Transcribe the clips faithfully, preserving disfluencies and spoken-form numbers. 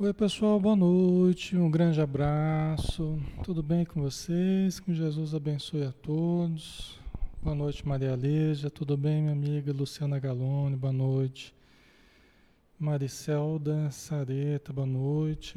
Oi, pessoal, boa noite, um grande abraço. Tudo bem com vocês? Que Jesus abençoe a todos. Boa noite, Maria Aleja. Tudo bem, minha amiga Luciana Galone? Boa noite. Maricelda Sareta, boa noite.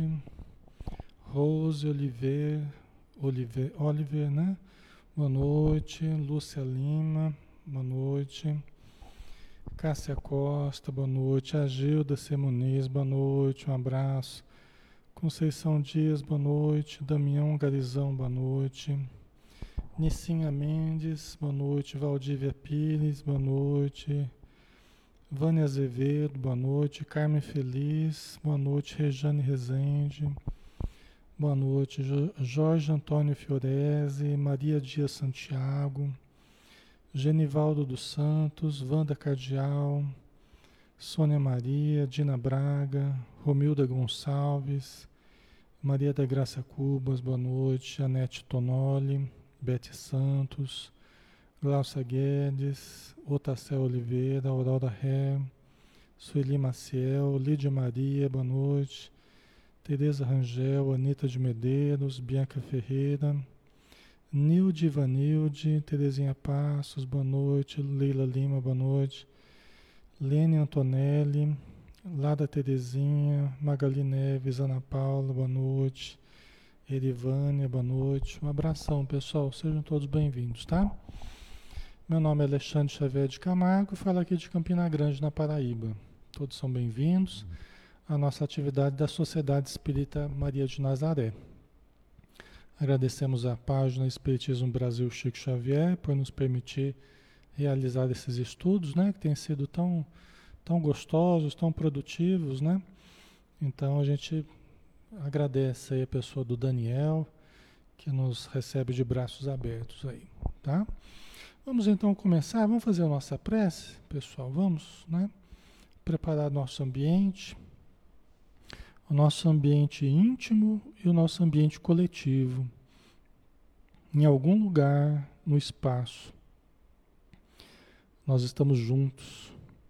Rose Oliver, Oliver, Oliver, né? Boa noite. Lúcia Lima, boa noite. Cássia Costa, boa noite. Agilda Semuniz, boa noite. Um abraço. Conceição Dias, boa noite. Damião Garizão, boa noite. Nissinha Mendes, boa noite. Valdívia Pires, boa noite. Vânia Azevedo, boa noite. Carmen Feliz, boa noite. Rejane Rezende, boa noite. Jo- Jorge Antônio Fiorese, Maria Dias Santiago, Genivaldo dos Santos, Wanda Cardial, Sônia Maria, Dina Braga, Romilda Gonçalves, Maria da Graça Cubas, boa noite. Anete Tonoli, Bete Santos, Glaucia Guedes, Otacel Oliveira, Aurora Ré, Sueli Maciel, Lídia Maria, boa noite. Tereza Rangel, Anita de Medeiros, Bianca Ferreira, Nilde Ivanilde, Terezinha Passos, boa noite. Leila Lima, boa noite. Lene Antonelli, Lara Terezinha, Magali Neves, Ana Paula, boa noite. Erivânia, boa noite. Um abração, pessoal. Sejam todos bem-vindos, tá? Meu nome é Alexandre Xavier de Camargo, falo aqui de Campina Grande, na Paraíba. Todos são bem-vindos à nossa atividade da Sociedade Espírita Maria de Nazaré. Agradecemos a página Espiritismo Brasil Chico Xavier por nos permitir realizar esses estudos, né, que têm sido tão, tão gostosos, tão produtivos, né? Então a gente agradece aí a pessoa do Daniel, que nos recebe de braços abertos aí, tá? Vamos então começar, vamos fazer a nossa prece, pessoal, vamos, né? Preparar nosso ambiente, o nosso ambiente íntimo e o nosso ambiente coletivo, em algum lugar no espaço. Nós estamos juntos.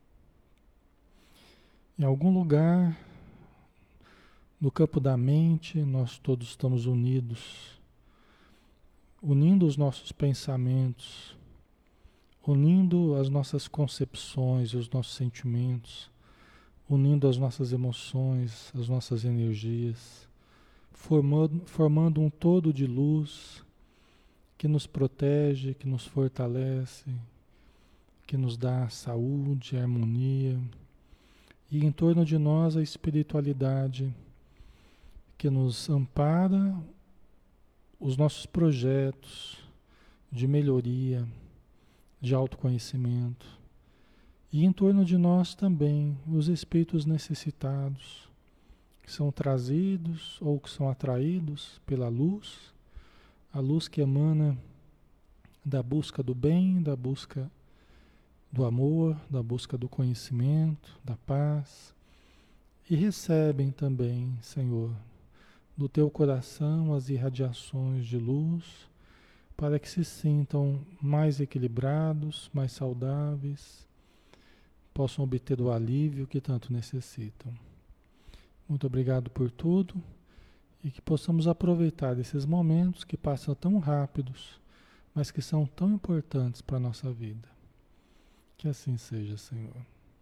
Em algum lugar no campo da mente, nós todos estamos unidos, unindo os nossos pensamentos, unindo as nossas concepções e os nossos sentimentos, unindo as nossas emoções, as nossas energias, formando, formando um todo de luz que nos protege, que nos fortalece, que nos dá saúde, harmonia, e em torno de nós a espiritualidade que nos ampara os nossos projetos de melhoria, de autoconhecimento, e em torno de nós também os espíritos necessitados, que são trazidos ou que são atraídos pela luz, a luz que emana da busca do bem, da busca do amor, da busca do conhecimento, da paz, e recebem também, Senhor, do teu coração as irradiações de luz, para que se sintam mais equilibrados, mais saudáveis, possam obter o alívio que tanto necessitam. Muito obrigado por tudo e que possamos aproveitar esses momentos que passam tão rápidos, mas que são tão importantes para a nossa vida. Que assim seja, Senhor.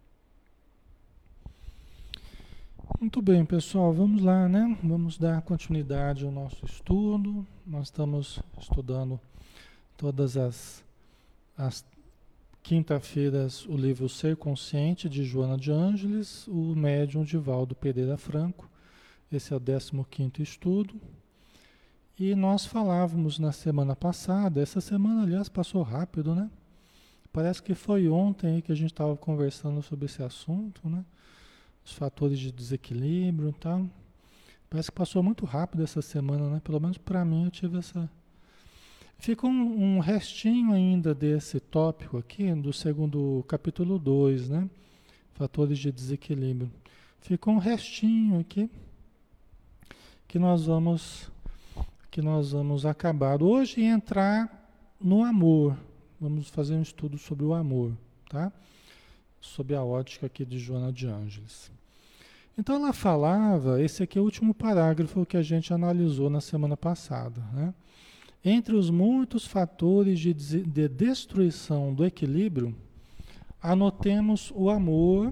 Muito bem, pessoal, vamos lá, né? Vamos dar continuidade ao nosso estudo. Nós estamos estudando todas as, as quinta-feiras o livro Ser Consciente, de Joana de Ângeles, o médium Divaldo Pereira Franco. Esse é o décimo quinto estudo. E nós falávamos na semana passada, essa semana, aliás, passou rápido, né? Parece que foi ontem aí que a gente estava conversando sobre esse assunto, né? Os fatores de desequilíbrio e tal. Parece que passou muito rápido essa semana, né? Pelo menos para mim eu tive essa... Fica um, um restinho ainda desse tópico aqui, do segundo capítulo dois, né? Fatores de desequilíbrio. Fica um restinho aqui que nós vamos, que nós vamos acabar hoje e entrar no amor. Vamos fazer um estudo sobre o amor, tá? Sob a ótica aqui de Joana de Ângeles. Então ela falava, esse aqui é o último parágrafo que a gente analisou na semana passada, né? Entre os muitos fatores de, de destruição do equilíbrio, anotemos o amor,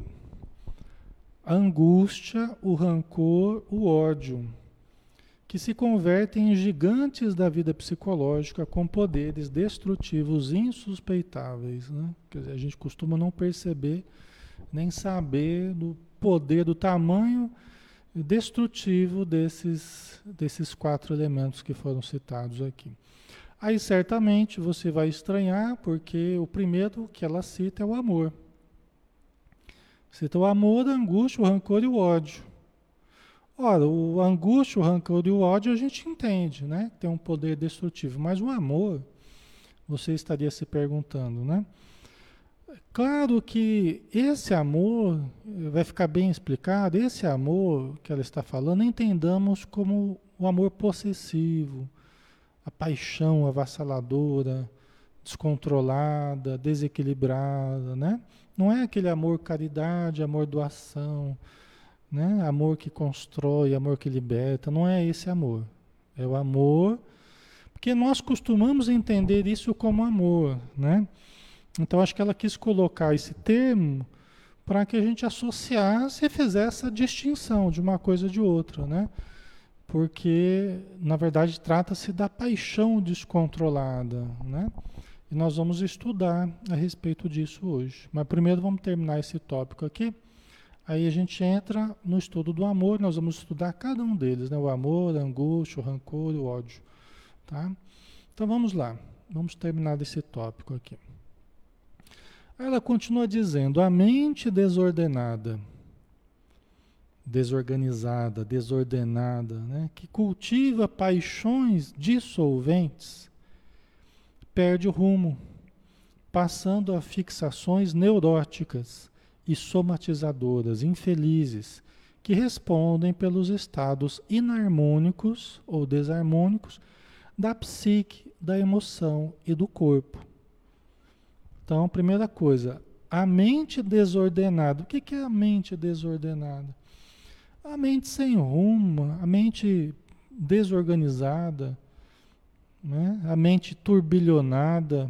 a angústia, o rancor, o ódio, que se convertem em gigantes da vida psicológica com poderes destrutivos insuspeitáveis, né? Quer dizer, a gente costuma não perceber, nem saber do poder, do tamanho destrutivo desses, desses quatro elementos que foram citados aqui. Aí certamente você vai estranhar, porque o primeiro que ela cita é o amor. Cita o amor, a angústia, o rancor e o ódio. Ora, o angústia, o rancor e o ódio a gente entende, né? Tem um poder destrutivo, mas o amor, você estaria se perguntando, né? Claro que esse amor, vai ficar bem explicado, esse amor que ela está falando, entendamos como o amor possessivo, a paixão avassaladora, descontrolada, desequilibrada, né? Não é aquele amor caridade, amor doação, né? Amor que constrói, amor que liberta, não é esse amor. É o amor, porque nós costumamos entender isso como amor, né? Então acho que ela quis colocar esse termo para que a gente associasse e fizesse essa distinção de uma coisa de outra, né? Porque, na verdade, trata-se da paixão descontrolada, né? E nós vamos estudar a respeito disso hoje. Mas primeiro vamos terminar esse tópico aqui. Aí a gente entra no estudo do amor, nós vamos estudar cada um deles, né? O amor, a angústia, o rancor e o ódio, tá? Então vamos lá, vamos terminar esse tópico aqui. Ela continua dizendo, a mente desordenada, desorganizada, desordenada, né? Que cultiva paixões dissolventes, perde o rumo, passando a fixações neuróticas e somatizadoras infelizes, que respondem pelos estados inarmônicos ou desarmônicos da psique, da emoção e do corpo. Então, primeira coisa, a mente desordenada. O que que é a mente desordenada? A mente sem rumo, a mente desorganizada, né? A mente turbilhonada,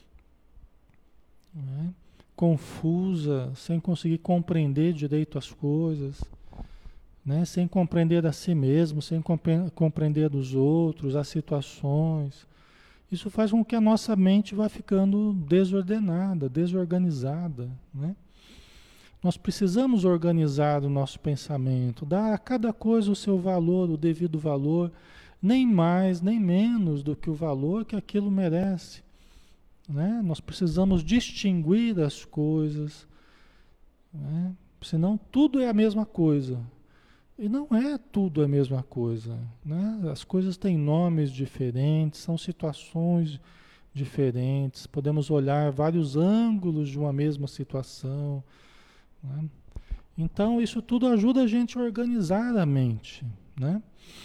né? Confusa, sem conseguir compreender direito as coisas, né? Sem compreender a si mesmo, sem compre- compreender dos outros, as situações. Isso faz com que a nossa mente vá ficando desordenada, desorganizada, né? Nós precisamos organizar o nosso pensamento, dar a cada coisa o seu valor, o devido valor, nem mais, nem menos do que o valor que aquilo merece, né? Nós precisamos distinguir as coisas, né? Senão tudo é a mesma coisa. E não é tudo a mesma coisa, né? As coisas têm nomes diferentes, são situações diferentes, podemos olhar vários ângulos de uma mesma situação, né? Então isso tudo ajuda a gente a organizar a mente, né?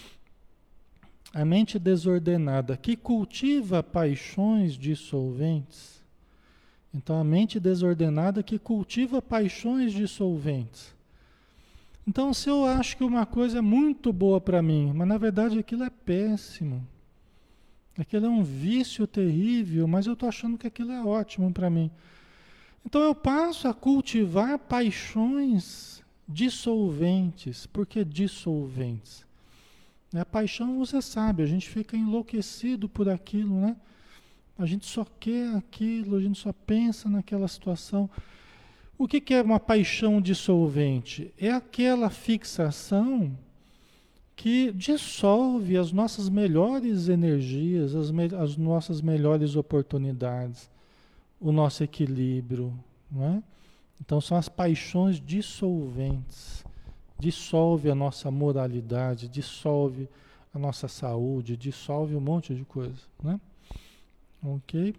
A mente desordenada que cultiva paixões dissolventes. Então a mente desordenada que cultiva paixões dissolventes. Então, se eu acho que uma coisa é muito boa para mim, mas na verdade aquilo é péssimo, aquilo é um vício terrível, mas eu estou achando que aquilo é ótimo para mim. Então eu passo a cultivar paixões dissolventes. Por que dissolventes? A paixão, você sabe, a gente fica enlouquecido por aquilo, né? A gente só quer aquilo, a gente só pensa naquela situação. O que que é uma paixão dissolvente? É aquela fixação que dissolve as nossas melhores energias, as, me as nossas melhores oportunidades, o nosso equilíbrio, não é? Então são as paixões dissolventes. Dissolve a nossa moralidade, dissolve a nossa saúde, dissolve um monte de coisa, né? Ok?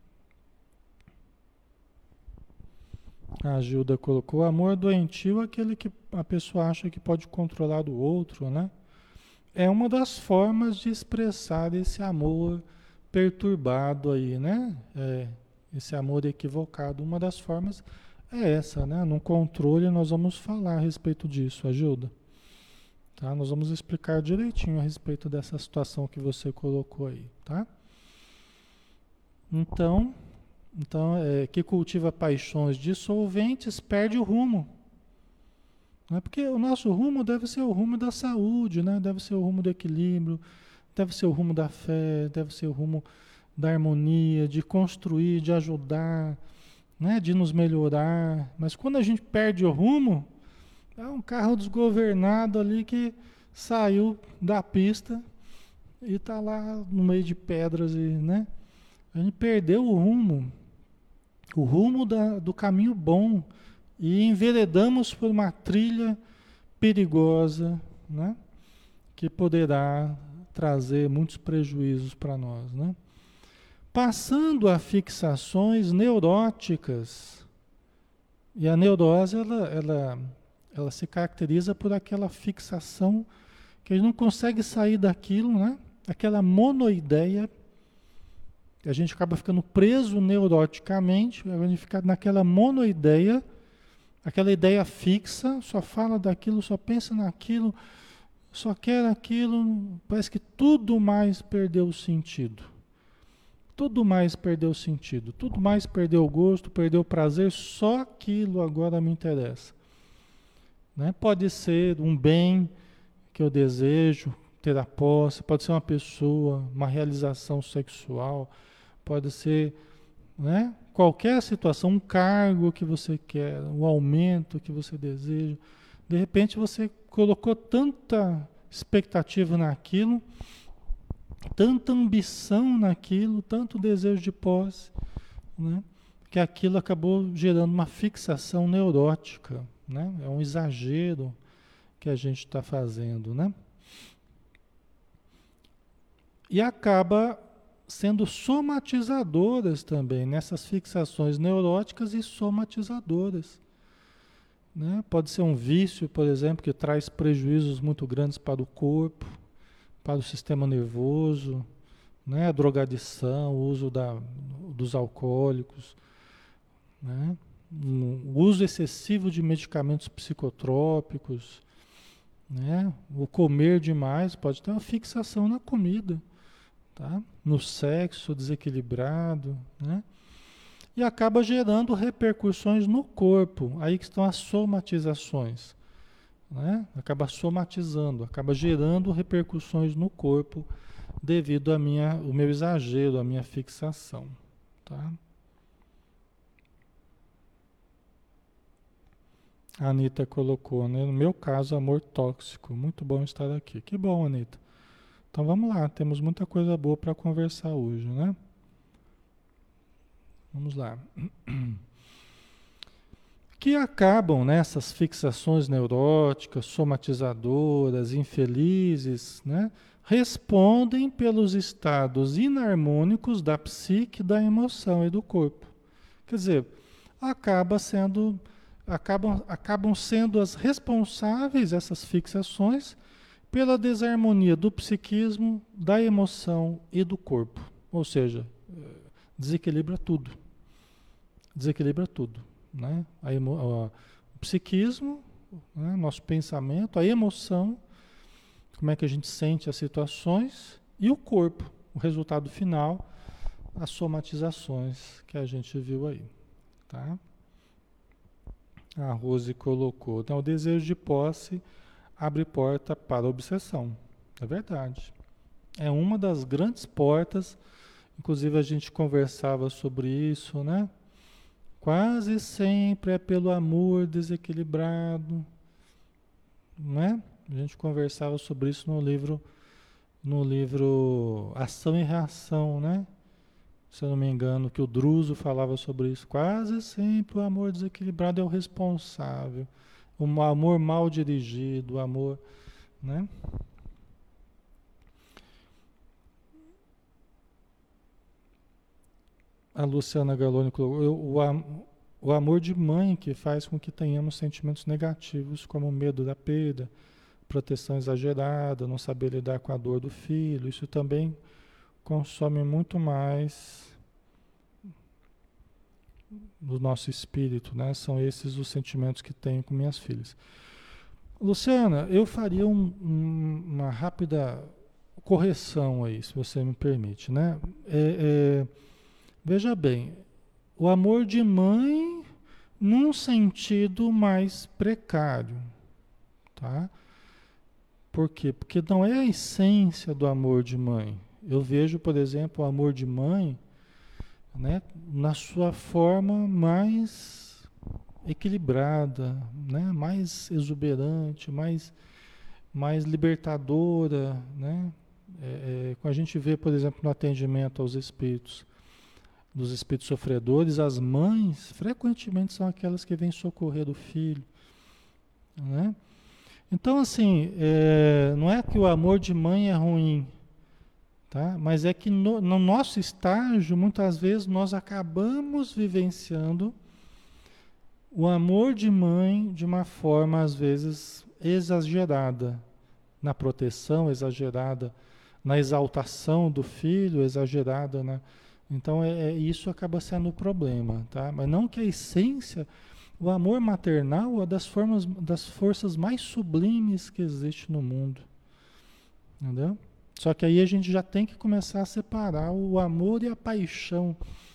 A Gilda colocou, amor doentio é aquele que a pessoa acha que pode controlar o outro, né? É uma das formas de expressar esse amor perturbado aí, né? É, esse amor equivocado, uma das formas é essa, né? No controle nós vamos falar a respeito disso, ajuda. Tá? Nós vamos explicar direitinho a respeito dessa situação que você colocou aí, tá? Então, então é, que cultiva paixões dissolventes perde o rumo. Né? Porque o nosso rumo deve ser o rumo da saúde, né? Deve ser o rumo do equilíbrio, deve ser o rumo da fé, deve ser o rumo da harmonia, de construir, de ajudar, né? De nos melhorar. Mas quando a gente perde o rumo, é um carro desgovernado ali que saiu da pista e está lá no meio de pedras, e, né? A gente perdeu o rumo, o rumo da, do caminho bom, e enveredamos por uma trilha perigosa, né? Que poderá trazer muitos prejuízos para nós, né? Passando a fixações neuróticas. E a neurose, ela, ela, ela se caracteriza por aquela fixação que a gente não consegue sair daquilo, né? Aquela monoideia. A gente acaba ficando preso neuroticamente, a gente fica naquela monoideia, aquela ideia fixa, só fala daquilo, só pensa naquilo, só quer aquilo, parece que tudo mais perdeu o sentido. Tudo mais perdeu o sentido, tudo mais perdeu o gosto, perdeu o prazer, só aquilo agora me interessa. Né? Pode ser um bem que eu desejo ter a posse, pode ser uma pessoa, uma realização sexual, pode ser, né, qualquer situação, um cargo que você quer, um aumento que você deseja. De repente você colocou tanta expectativa naquilo, tanta ambição naquilo, tanto desejo de posse, né, que aquilo acabou gerando uma fixação neurótica, né? É um exagero que a gente está fazendo, né? E acaba sendo somatizadoras também, nessas fixações neuróticas e somatizadoras. Né? Pode ser um vício, por exemplo, que traz prejuízos muito grandes para o corpo, para o sistema nervoso, né? A drogadição, o uso da, dos alcoólicos, né? O uso excessivo de medicamentos psicotrópicos, né? O comer demais pode ter uma fixação na comida. Tá? No sexo desequilibrado, né? E acaba gerando repercussões no corpo, aí que estão as somatizações, né? Acaba somatizando, acaba gerando repercussões no corpo devido a minha, o meu exagero, a minha fixação, tá? A Anitta colocou, né? No meu caso, amor tóxico. Muito bom estar aqui. Que bom, Anitta. Então vamos lá, temos muita coisa boa para conversar hoje, né? Vamos lá. Que acabam nessas fixações neuróticas, somatizadoras, infelizes, né? Respondem pelos estados inarmônicos da psique, da emoção e do corpo. Quer dizer, acaba sendo, acabam, acabam sendo as responsáveis, essas fixações, pela desarmonia do psiquismo, da emoção e do corpo. Ou seja, desequilibra tudo. Desequilibra tudo. Né? A emo, a, o psiquismo, né? Nosso pensamento, a emoção, como é que a gente sente as situações, e o corpo, o resultado final, as somatizações que a gente viu aí. Tá? A Rose colocou. Então, o desejo de posse abre porta para a obsessão. É verdade. É uma das grandes portas, inclusive a gente conversava sobre isso, né? Quase sempre é pelo amor desequilibrado, né? A gente conversava sobre isso no livro, no livro Ação e Reação, né? Se eu não me engano, que o Druso falava sobre isso. Quase sempre o amor desequilibrado é o responsável. O amor mal dirigido, o amor, né? A Luciana Galoni colocou, o, o, o amor de mãe que faz com que tenhamos sentimentos negativos, como medo da perda, proteção exagerada, não saber lidar com a dor do filho, isso também consome muito mais do nosso espírito, né? São esses os sentimentos que tenho com minhas filhas. Luciana, eu faria um, um, uma rápida correção aí, se você me permite, né? É, é, veja bem, o amor de mãe num sentido mais precário, tá? Por quê? Porque não é a essência do amor de mãe. Eu vejo, por exemplo, o amor de mãe, né, na sua forma mais equilibrada, né, mais exuberante, mais, mais libertadora, né? É, é, quando a gente vê, por exemplo, no atendimento aos espíritos, dos espíritos sofredores, as mães frequentemente são aquelas que vêm socorrer o filho, né? Então, assim, é, não é que o amor de mãe é ruim, tá? Mas é que no, no nosso estágio, muitas vezes, nós acabamos vivenciando o amor de mãe de uma forma, às vezes, exagerada, na proteção, exagerada na exaltação do filho, exagerada na... Então, é, é, isso acaba sendo o problema, tá? Mas não que a essência... O amor maternal é das, formas, das forças mais sublimes que existe no mundo. Entendeu? Só que aí a gente já tem que começar a separar o amor e a paixão.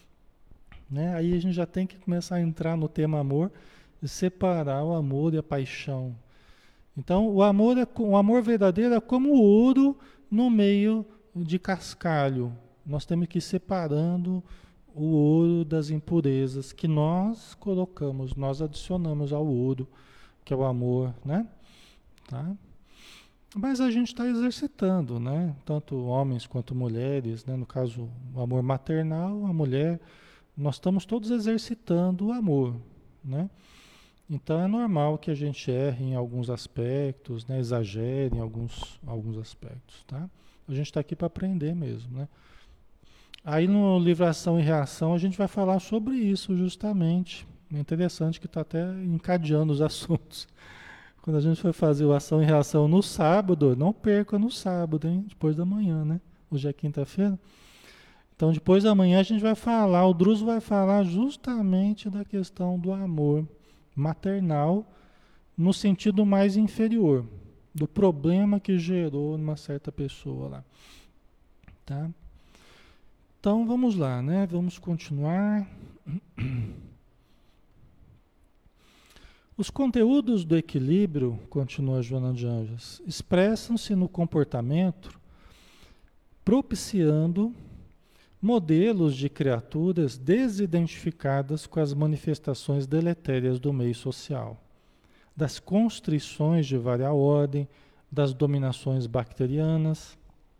Né? Aí a gente já tem que começar a entrar no tema amor e separar o amor e a paixão. Então, o amor, é, o amor verdadeiro é como o ouro no meio de cascalho. Nós temos que ir separando o ouro das impurezas que nós colocamos, nós adicionamos ao ouro, que é o amor, né? Tá? Mas a gente está exercitando, né? Tanto homens quanto mulheres, né? No caso, o amor maternal, a mulher, nós estamos todos exercitando o amor, né? Então é normal que a gente erre em alguns aspectos, né? Exagere em alguns, alguns aspectos, tá? A gente está aqui para aprender mesmo, né? Aí no livro Ação e Reação a gente vai falar sobre isso justamente. É interessante que está até encadeando os assuntos. Quando a gente for fazer o Ação e Reação no sábado, não perca no sábado, hein? Depois da manhã, né? Hoje é quinta-feira. Então depois da manhã a gente vai falar, o Druso vai falar justamente da questão do amor maternal no sentido mais inferior, do problema que gerou numa certa pessoa lá. Tá? Então vamos lá, né? Vamos continuar. Os conteúdos do equilíbrio, continua Joana de Anjos, expressam-se no comportamento propiciando modelos de criaturas desidentificadas com as manifestações deletérias do meio social, das constrições de vária ordem, das dominações bacterianas.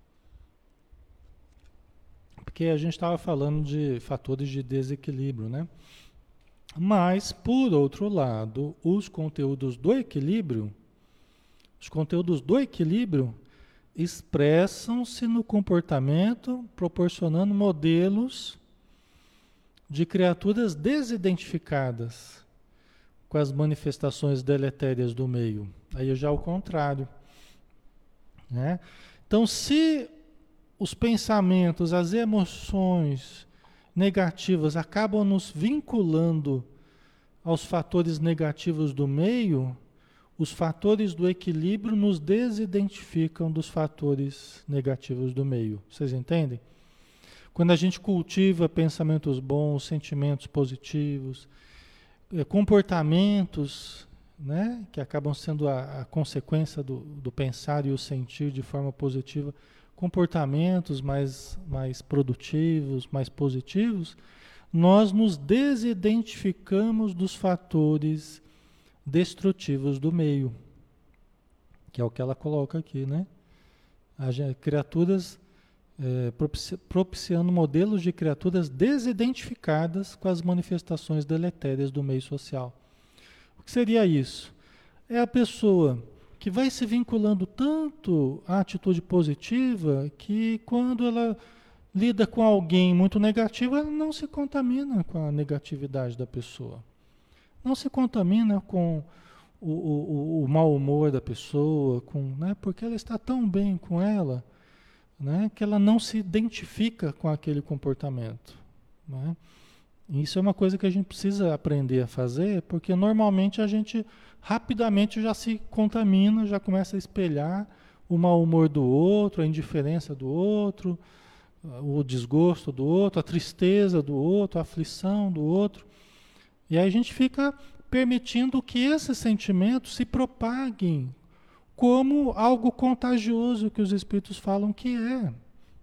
Porque a gente estava falando de fatores de desequilíbrio, né? Mas, por outro lado, os conteúdos do equilíbrio, os conteúdos do equilíbrio expressam-se no comportamento, proporcionando modelos de criaturas desidentificadas com as manifestações deletérias do meio. Aí já é o contrário, né? Então, se os pensamentos, as emoções negativas acabam nos vinculando aos fatores negativos do meio, os fatores do equilíbrio nos desidentificam dos fatores negativos do meio. Vocês entendem? Quando a gente cultiva pensamentos bons, sentimentos positivos, comportamentos, né, que acabam sendo a, a consequência do, do pensar e o sentir de forma positiva, comportamentos mais, mais produtivos, mais positivos, nós nos desidentificamos dos fatores destrutivos do meio, que é o que ela coloca aqui, né? As criaturas é, propici, propiciando modelos de criaturas desidentificadas com as manifestações deletérias do meio social. O que seria isso? É a pessoa que vai se vinculando tanto à atitude positiva que quando ela lida com alguém muito negativo, ela não se contamina com a negatividade da pessoa. Não se contamina com o, o, o mau humor da pessoa, com, né, porque ela está tão bem com ela, né, que ela não se identifica com aquele comportamento. Né? Isso é uma coisa que a gente precisa aprender a fazer, porque normalmente a gente rapidamente já se contamina, já começa a espelhar o mau humor do outro, a indiferença do outro, o desgosto do outro, a tristeza do outro, a aflição do outro. E aí a gente fica permitindo que esses sentimentos se propaguem como algo contagioso que os espíritos falam que é.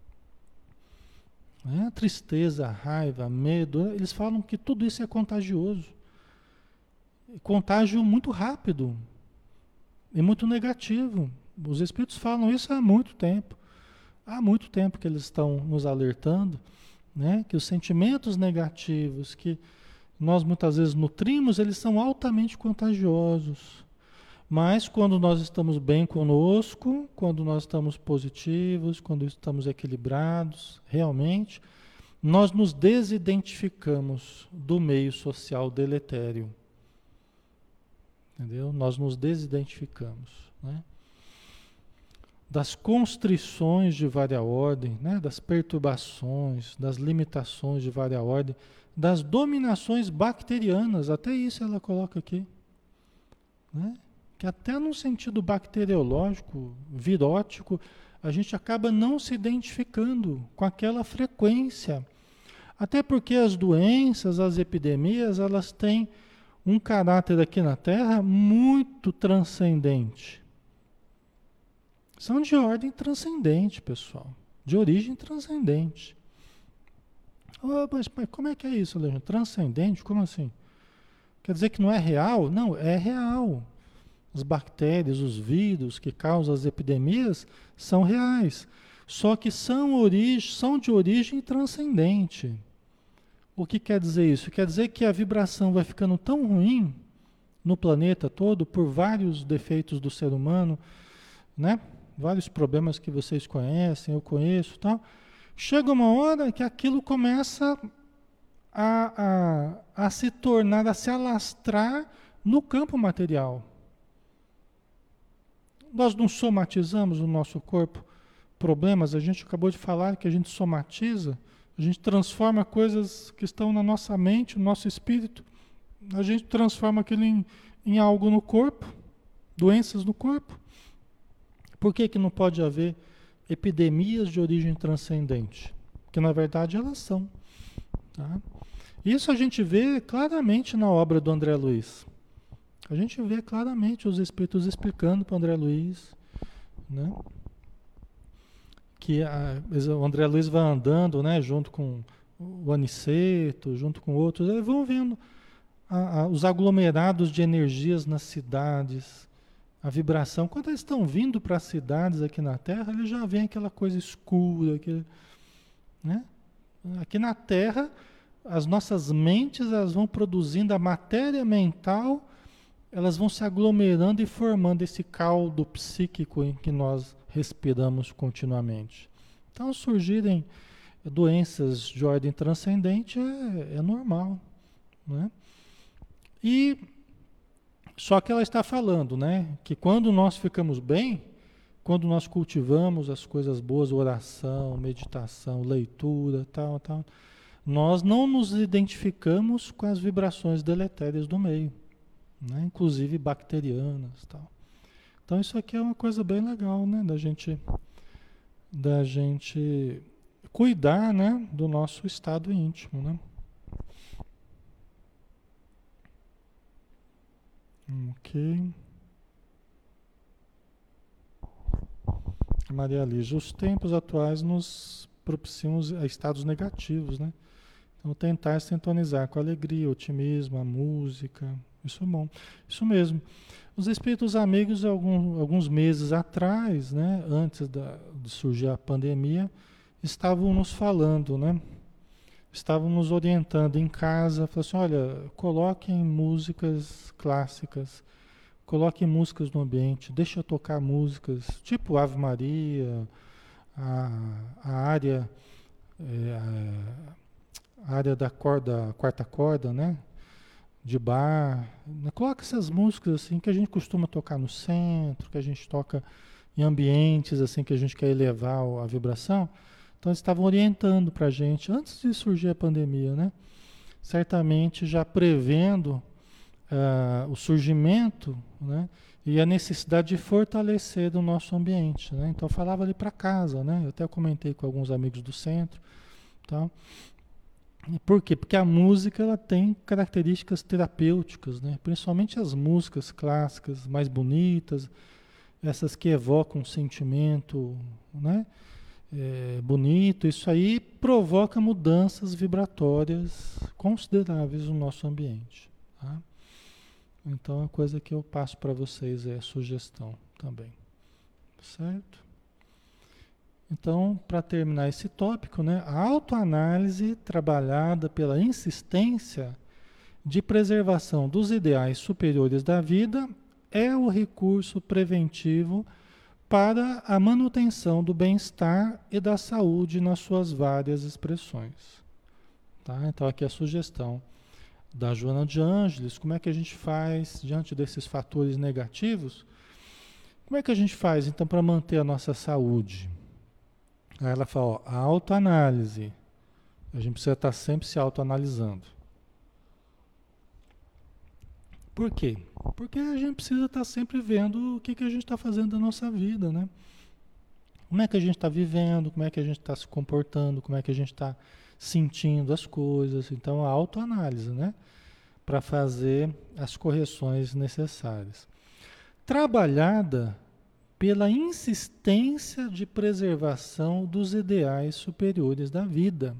É, tristeza, raiva, medo, eles falam que tudo isso é contagioso. Contágio muito rápido e muito negativo. Os espíritos falam isso há muito tempo. Há muito tempo que eles estão nos alertando, né, que os sentimentos negativos que nós muitas vezes nutrimos, eles são altamente contagiosos. Mas quando nós estamos bem conosco, quando nós estamos positivos, quando estamos equilibrados, realmente, nós nos desidentificamos do meio social deletério. Entendeu? Nós nos desidentificamos, né? Das constrições de vária ordem, né? Das perturbações, das limitações de vária ordem, das dominações bacterianas, até isso ela coloca aqui, né? Que até no sentido bacteriológico, virótico, a gente acaba não se identificando com aquela frequência. Até porque as doenças, as epidemias, elas têm um caráter aqui na Terra muito transcendente. São de ordem transcendente, pessoal. De origem transcendente. Oh, mas, mas como é que é isso, Alexandre? Transcendente? Como assim? Quer dizer que não é real? Não, é real. As bactérias, os vírus que causam as epidemias são reais. Só que são, origem, são de origem transcendente. O que quer dizer isso? Quer dizer que a vibração vai ficando tão ruim no planeta todo por vários defeitos do ser humano, né? Vários problemas que vocês conhecem, eu conheço e tal. Chega uma hora que aquilo começa a, a, a se tornar, a se alastrar no campo material. Nós não somatizamos no nosso corpo problemas, a gente acabou de falar que a gente somatiza, a gente transforma coisas que estão na nossa mente, no nosso espírito, a gente transforma aquilo em, em algo no corpo, doenças no corpo. Por que que não pode haver epidemias de origem transcendente? Porque na verdade elas são. Tá? Isso a gente vê claramente na obra do André Luiz. A gente vê claramente os espíritos explicando para o André Luiz, né? Que a, o André Luiz vai andando, né, junto com o Aniceto, junto com outros, eles vão vendo a, a, os aglomerados de energias nas cidades, a vibração. Quando eles estão vindo para as cidades aqui na Terra, eles já veem aquela coisa escura, aquele, né? Aqui na Terra, as nossas mentes elas vão produzindo a matéria mental, elas vão se aglomerando e formando esse caldo psíquico em que nós respiramos continuamente. Então, surgirem doenças de ordem transcendente é, é normal, né? E só que ela está falando, né, que quando nós ficamos bem, quando nós cultivamos as coisas boas, oração, meditação, leitura, tal, tal, nós não nos identificamos com as vibrações deletérias do meio, né, inclusive bacterianas, tal. Então isso aqui é uma coisa bem legal, né, da gente, da gente cuidar, né, do nosso estado íntimo, né. Ok. Maria Lígia, os tempos atuais nos propiciam a estados negativos, né? Então tentar sintonizar com a alegria, otimismo, a música, isso é bom. Isso mesmo. Os espíritos amigos, alguns, alguns meses atrás, né, antes da, de surgir a pandemia, estavam nos falando, né? Estavam nos orientando em casa, falaram assim, olha, coloquem músicas clássicas, coloquem músicas no ambiente, deixa tocar músicas, tipo Ave Maria, a, a área, é, a área da corda, quarta corda, né? De bar, coloca essas músicas assim que a gente costuma tocar no centro, que a gente toca em ambientes assim que a gente quer elevar a vibração. Então eles estavam orientando para a gente, antes de surgir a pandemia, né? certamente já prevendo ah, o surgimento, né, e a necessidade de fortalecer o nosso ambiente, né? Então eu falava ali para casa, né? Eu até comentei com alguns amigos do centro, tá? E por quê? Porque a música ela tem características terapêuticas, né? Principalmente as músicas clássicas mais bonitas, essas que evocam um sentimento, né? É, bonito, isso aí provoca mudanças vibratórias consideráveis no nosso ambiente, tá? Então a coisa que eu passo para vocês é sugestão também, certo? Então, para terminar esse tópico, né, a autoanálise trabalhada pela insistência de preservação dos ideais superiores da vida é o recurso preventivo para a manutenção do bem-estar e da saúde nas suas várias expressões. Tá? Então, aqui a sugestão da Joana de Ângeles, como é que a gente faz diante desses fatores negativos? Como é que a gente faz, então, para manter a nossa saúde? Aí ela fala, ó, a autoanálise. A gente precisa estar sempre se autoanalisando. Por quê? Porque a gente precisa estar sempre vendo o que, que a gente está fazendo da nossa vida, né? Como é que a gente está vivendo, como é que a gente está se comportando, como é que a gente está sentindo as coisas. Então, a autoanálise, né? Para fazer as correções necessárias. Trabalhada pela insistência de preservação dos ideais superiores da vida.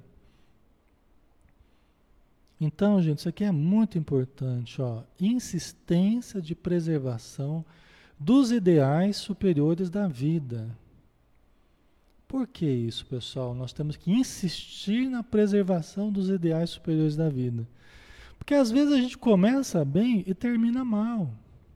Então, gente, isso aqui é muito importante, ó. Insistência de preservação dos ideais superiores da vida. Por que isso, pessoal? Nós temos que insistir na preservação dos ideais superiores da vida. Porque às vezes a gente começa bem e termina mal.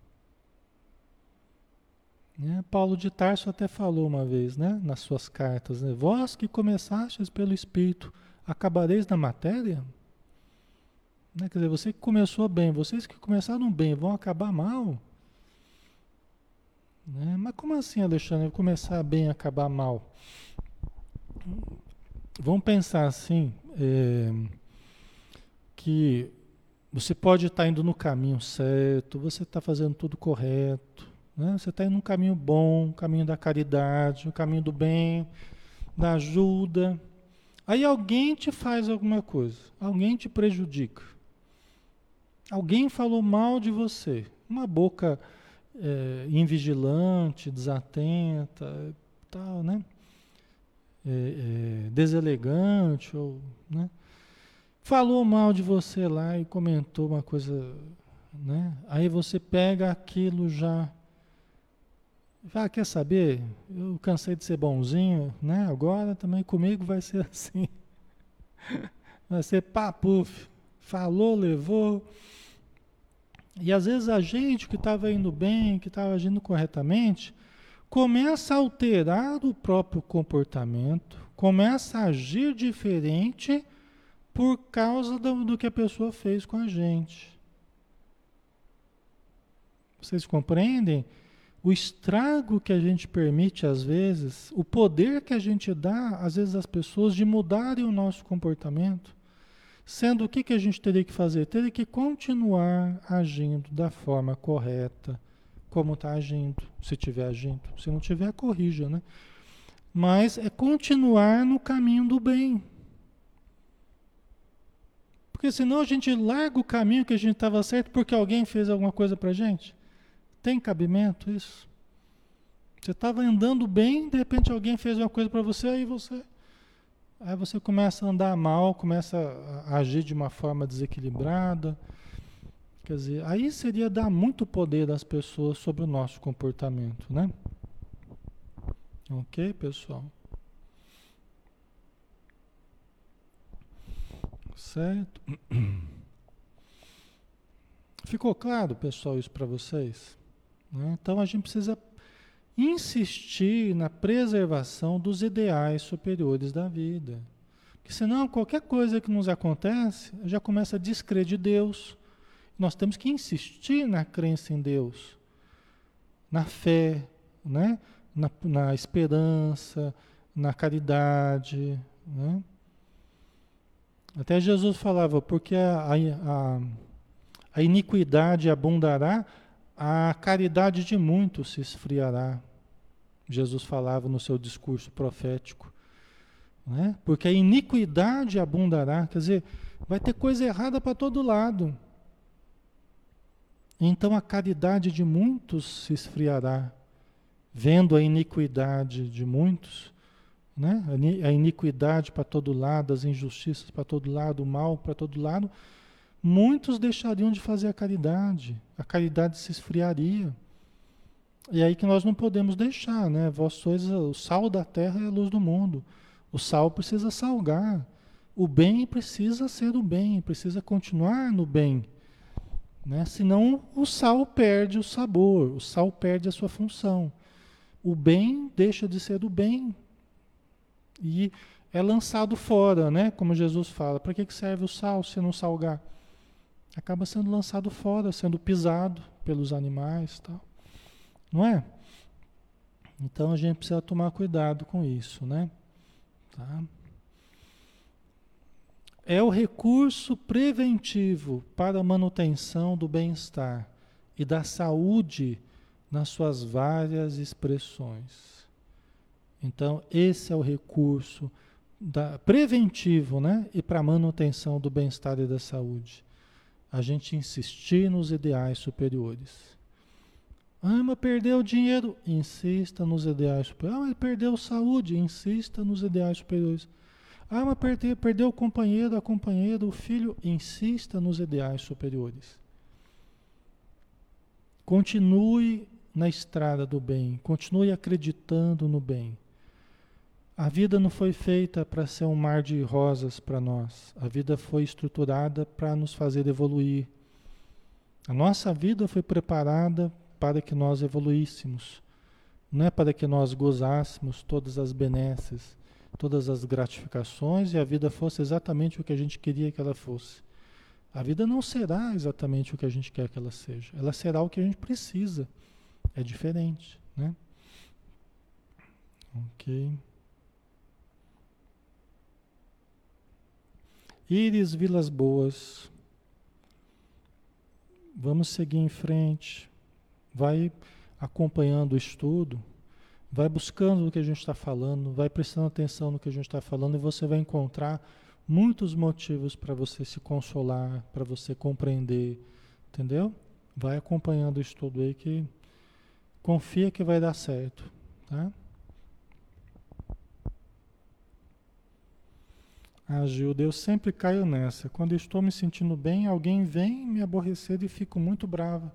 Né? Paulo de Tarso até falou uma vez, né, nas suas cartas, né? Vós que começastes pelo Espírito, acabareis na matéria? Né? Quer dizer, você que começou bem, vocês que começaram bem, vão acabar mal? Né? Mas como assim, Alexandre, começar bem e acabar mal? Vamos pensar assim, é, que você pode estar indo no caminho certo, você está fazendo tudo correto, né? Você está indo num caminho bom, caminho da caridade, o caminho do bem, da ajuda. Aí alguém te faz alguma coisa, alguém te prejudica. Alguém falou mal de você. Uma boca é, invigilante, desatenta, tal, né? É, é, deselegante, ou, né? Falou mal de você lá e comentou uma coisa, né? Aí você pega aquilo já. Ah, quer saber? Eu cansei de ser bonzinho, né? Agora também comigo vai ser assim. Vai ser papuf. Falou, levou. E às vezes a gente que estava indo bem, que estava agindo corretamente, começa a alterar o próprio comportamento, começa a agir diferente por causa do, do que a pessoa fez com a gente. Vocês compreendem? O estrago que a gente permite às vezes, o poder que a gente dá às vezes às pessoas de mudarem o nosso comportamento, sendo o que, que a gente teria que fazer? Teria que continuar agindo da forma correta, como está agindo, se estiver agindo. Se não tiver, corrija, né? Mas é continuar no caminho do bem. Porque senão a gente larga o caminho que a gente estava certo porque alguém fez alguma coisa para a gente. Tem cabimento isso? Você estava andando bem, de repente alguém fez uma coisa para você, aí você, aí você começa a andar mal, começa a agir de uma forma desequilibrada. Quer dizer, aí seria dar muito poder às pessoas sobre o nosso comportamento, né? Ok, pessoal? Certo? Ficou claro, pessoal, isso para vocês? Né? Então a gente precisa insistir na preservação dos ideais superiores da vida. Porque senão qualquer coisa que nos acontece já começa a descrer Deus. Nós temos que insistir na crença em Deus, na fé, né? na, na esperança, na caridade. Né? Até Jesus falava, porque a, a, a iniquidade abundará, a caridade de muitos se esfriará. Jesus falava no seu discurso profético. Né? Porque a iniquidade abundará, quer dizer, vai ter coisa errada para todo lado. Então a caridade de muitos se esfriará, vendo a iniquidade de muitos, né? A iniquidade para todo lado, as injustiças para todo lado, o mal para todo lado, muitos deixariam de fazer a caridade, a caridade se esfriaria. E aí que nós não podemos deixar, né? Vós sois o sal da terra e a luz do mundo. O sal precisa salgar, o bem precisa ser o bem, precisa continuar no bem. Né? Senão o sal perde o sabor, o sal perde a sua função. O bem deixa de ser o bem e é lançado fora, né? Como Jesus fala. Para que serve o sal se não salgar? Acaba sendo lançado fora, sendo pisado pelos animais, tal. Não é? Então a gente precisa tomar cuidado com isso, né? Tá? É o recurso preventivo para a manutenção do bem-estar e da saúde nas suas várias expressões. Então, esse é o recurso da, preventivo, né? E para a manutenção do bem-estar e da saúde. A gente insistir nos ideais superiores. Ah, mas perdeu o dinheiro? Insista nos ideais superiores. Ah, mas perdeu saúde? Insista nos ideais superiores. Ah, mas perdeu, perdeu o companheiro, a companheira, o filho? Insista nos ideais superiores. Continue na estrada do bem, continue acreditando no bem. A vida não foi feita para ser um mar de rosas para nós. A vida foi estruturada para nos fazer evoluir. A nossa vida foi preparada para que nós evoluíssemos. Não é para que nós gozássemos todas as benesses, todas as gratificações e a vida fosse exatamente o que a gente queria que ela fosse. A vida não será exatamente o que a gente quer que ela seja. Ela será o que a gente precisa. É diferente, né? Ok. Íris Vilas Boas. Vamos seguir em frente. Vai acompanhando o estudo. Vai buscando o que a gente está falando. Vai prestando atenção no que a gente está falando. E você vai encontrar muitos motivos para você se consolar, para você compreender. Entendeu? Vai acompanhando o estudo aí que confia que vai dar certo. Tá? Ah, Gilda, eu sempre caio nessa. Quando eu estou me sentindo bem, alguém vem me aborrecer e fico muito brava.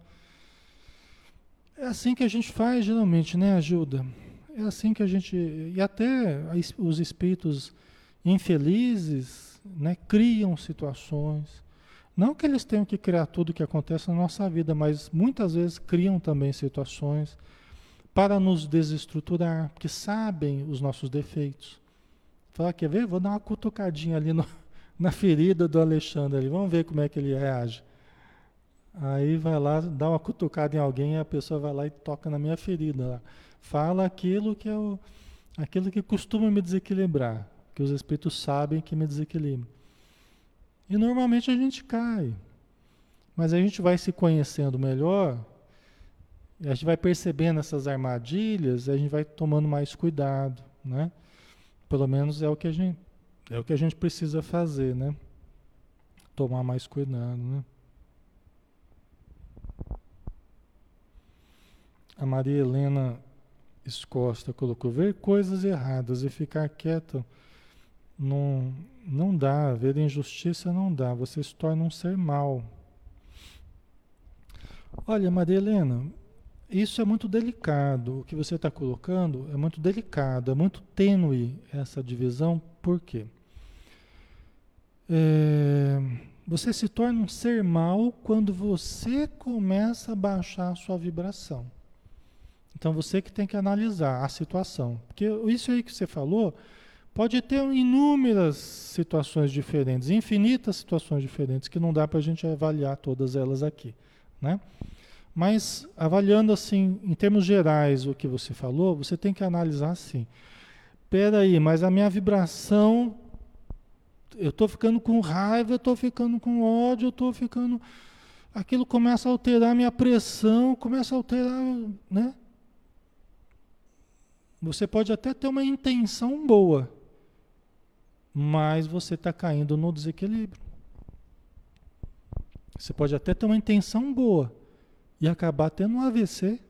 É assim que a gente faz geralmente, né, Gilda? É assim que a gente... E até os espíritos infelizes, né, criam situações. Não que eles tenham que criar tudo o que acontece na nossa vida, mas muitas vezes criam também situações para nos desestruturar, porque sabem os nossos defeitos. Fala, quer ver? Vou dar uma cutucadinha ali no, na ferida do Alexandre ali. Vamos ver como é que ele reage. Aí vai lá, dá uma cutucada em alguém e a pessoa vai lá e toca na minha ferida lá. Fala aquilo que é o, aquilo que costuma me desequilibrar, que os espíritos sabem que me desequilibra. E normalmente a gente cai. Mas a gente vai se conhecendo melhor, a gente vai percebendo essas armadilhas, a gente vai tomando mais cuidado, né? Pelo menos é o que a gente, é o que a gente precisa fazer, né? Tomar mais cuidado, né? A Maria Helena Escosta colocou: ver coisas erradas e ficar quieto não, não dá, ver injustiça não dá, você se torna um ser mau. Olha, Maria Helena, isso é muito delicado, o que você está colocando é muito delicado, é muito tênue essa divisão, por quê? É, você se torna um ser mau quando você começa a baixar a sua vibração. Então você que tem que analisar a situação, porque isso aí que você falou pode ter inúmeras situações diferentes, infinitas situações diferentes, que não dá para a gente avaliar todas elas aqui, né? Mas, avaliando assim, em termos gerais, o que você falou, você tem que analisar assim. Espera aí, mas a minha vibração eu estou ficando com raiva, eu estou ficando com ódio, eu estou ficando... Aquilo começa a alterar a minha pressão, começa a alterar, né? Você pode até ter uma intenção boa, mas você está caindo no desequilíbrio. Você pode até ter uma intenção boa e acabar tendo um A V C.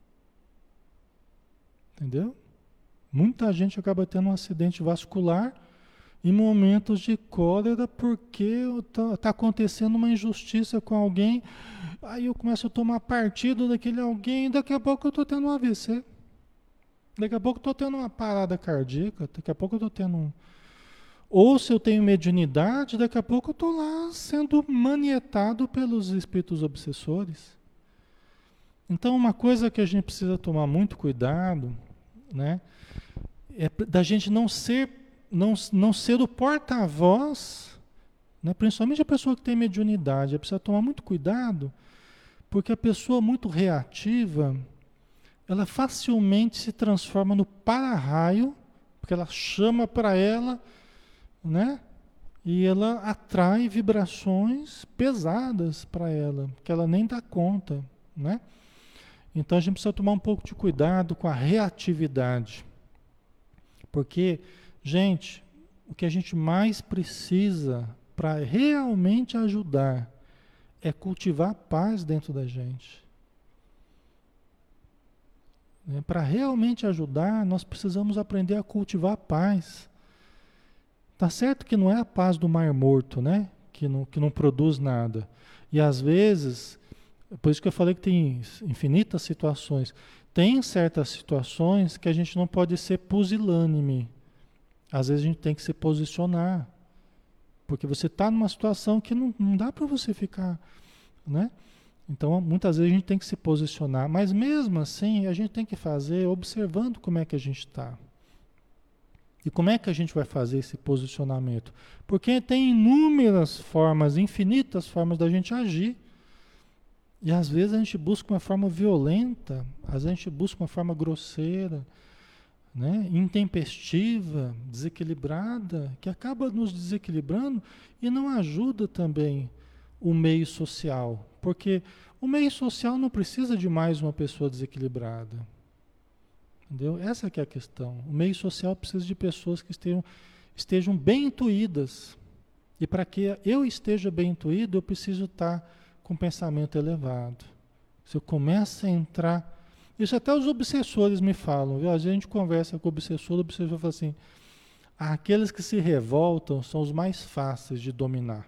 Entendeu? Muita gente acaba tendo um acidente vascular em momentos de cólera porque está acontecendo uma injustiça com alguém, aí eu começo a tomar partido daquele alguém e daqui a pouco eu estou tendo um A V C. Daqui a pouco eu estou tendo uma parada cardíaca, daqui a pouco eu estou tendo um... Ou se eu tenho mediunidade, daqui a pouco eu estou lá sendo manietado pelos espíritos obsessores. Então uma coisa que a gente precisa tomar muito cuidado, né, é da gente não ser, não, não ser o porta-voz, né, principalmente a pessoa que tem mediunidade, precisa tomar muito cuidado, porque a pessoa muito reativa, ela facilmente se transforma no para-raio, porque ela chama para ela, né, e ela atrai vibrações pesadas para ela, que ela nem dá conta, né? Então a gente precisa tomar um pouco de cuidado com a reatividade. Porque, gente, o que a gente mais precisa para realmente ajudar é cultivar a paz dentro da gente. É, para realmente ajudar, nós precisamos aprender a cultivar a paz. Tá certo que não é a paz do Mar Morto, né? Que não, que não produz nada. E às vezes... Por isso que eu falei que tem infinitas situações. Tem certas situações que a gente não pode ser pusilânime. Às vezes a gente tem que se posicionar. Porque você está numa situação que não, não dá para você ficar, né? Então, muitas vezes a gente tem que se posicionar. Mas mesmo assim, a gente tem que fazer observando como é que a gente está. E como é que a gente vai fazer esse posicionamento? Porque tem inúmeras formas, infinitas formas da gente agir. E às vezes a gente busca uma forma violenta, às vezes a gente busca uma forma grosseira, né, intempestiva, desequilibrada, que acaba nos desequilibrando e não ajuda também o meio social. Porque o meio social não precisa de mais uma pessoa desequilibrada. Entendeu? Essa que é a questão. O meio social precisa de pessoas que estejam, estejam bem intuídas. E para que eu esteja bem intuído, eu preciso estar com pensamento elevado. Se eu começo a entrar... Isso até os obsessores me falam, viu? Às vezes a gente conversa com o obsessor, o obsessor fala assim, aqueles que se revoltam são os mais fáceis de dominar.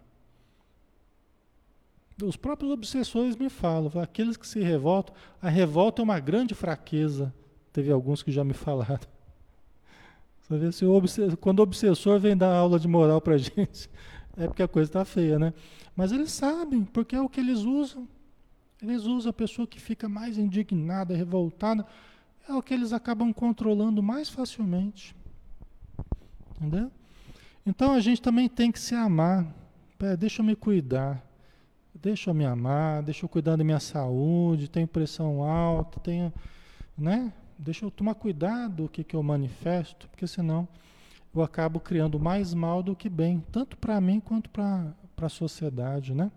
Os próprios obsessores me falam, aqueles que se revoltam, a revolta é uma grande fraqueza. Teve alguns que já me falaram. Você vê, se o obsessor, quando o obsessor vem dar aula de moral pra gente, é porque a coisa está feia, né? Mas eles sabem, porque é o que eles usam. Eles usam a pessoa que fica mais indignada, revoltada, é o que eles acabam controlando mais facilmente. Entendeu? Então a gente também tem que se amar. Pera, deixa eu me cuidar. Deixa eu me amar, deixa eu cuidar da minha saúde, tenho pressão alta, tenho, né? Deixa eu tomar cuidado do que, que eu manifesto, porque senão eu acabo criando mais mal do que bem, tanto para mim quanto para a sociedade, né?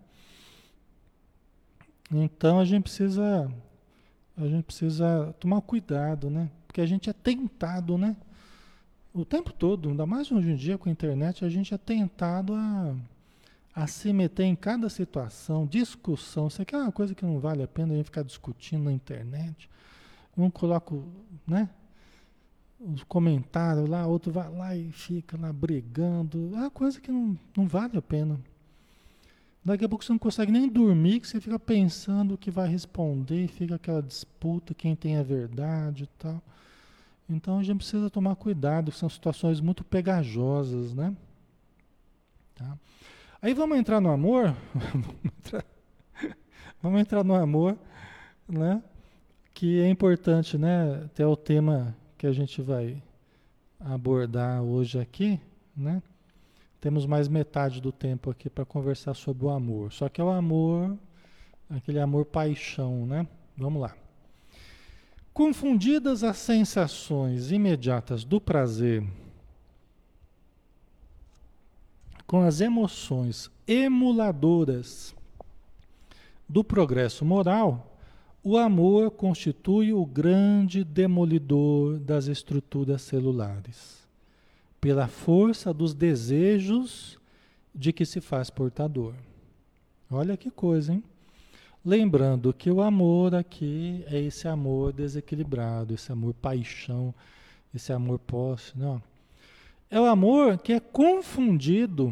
Então a gente precisa a gente precisa tomar cuidado, né? Porque a gente é tentado, né? O tempo todo, ainda mais hoje em dia com a internet, a gente é tentado a, a se meter em cada situação, discussão. Isso aqui é uma coisa que não vale a pena a gente ficar discutindo na internet. Um coloca, né? Os comentários lá, outro vai lá e fica lá brigando. É uma coisa que não, não vale a pena. Daqui a pouco você não consegue nem dormir, que você fica pensando o que vai responder, fica aquela disputa, quem tem a verdade e tal. Então a gente precisa tomar cuidado, são situações muito pegajosas, né? Tá? Aí vamos entrar no amor, vamos, entrar, vamos entrar no amor, né? Que é importante, né? Até o tema que a gente vai abordar hoje aqui, né? Temos mais metade do tempo aqui para conversar sobre o amor. Só que é o amor, aquele amor paixão, né? Vamos lá. Confundidas as sensações imediatas do prazer com as emoções emuladoras do progresso moral, o amor constitui o grande demolidor das estruturas celulares, pela força dos desejos de que se faz portador. Olha que coisa, hein? Lembrando que o amor aqui é esse amor desequilibrado, esse amor paixão, esse amor posse, não. É o amor que é confundido,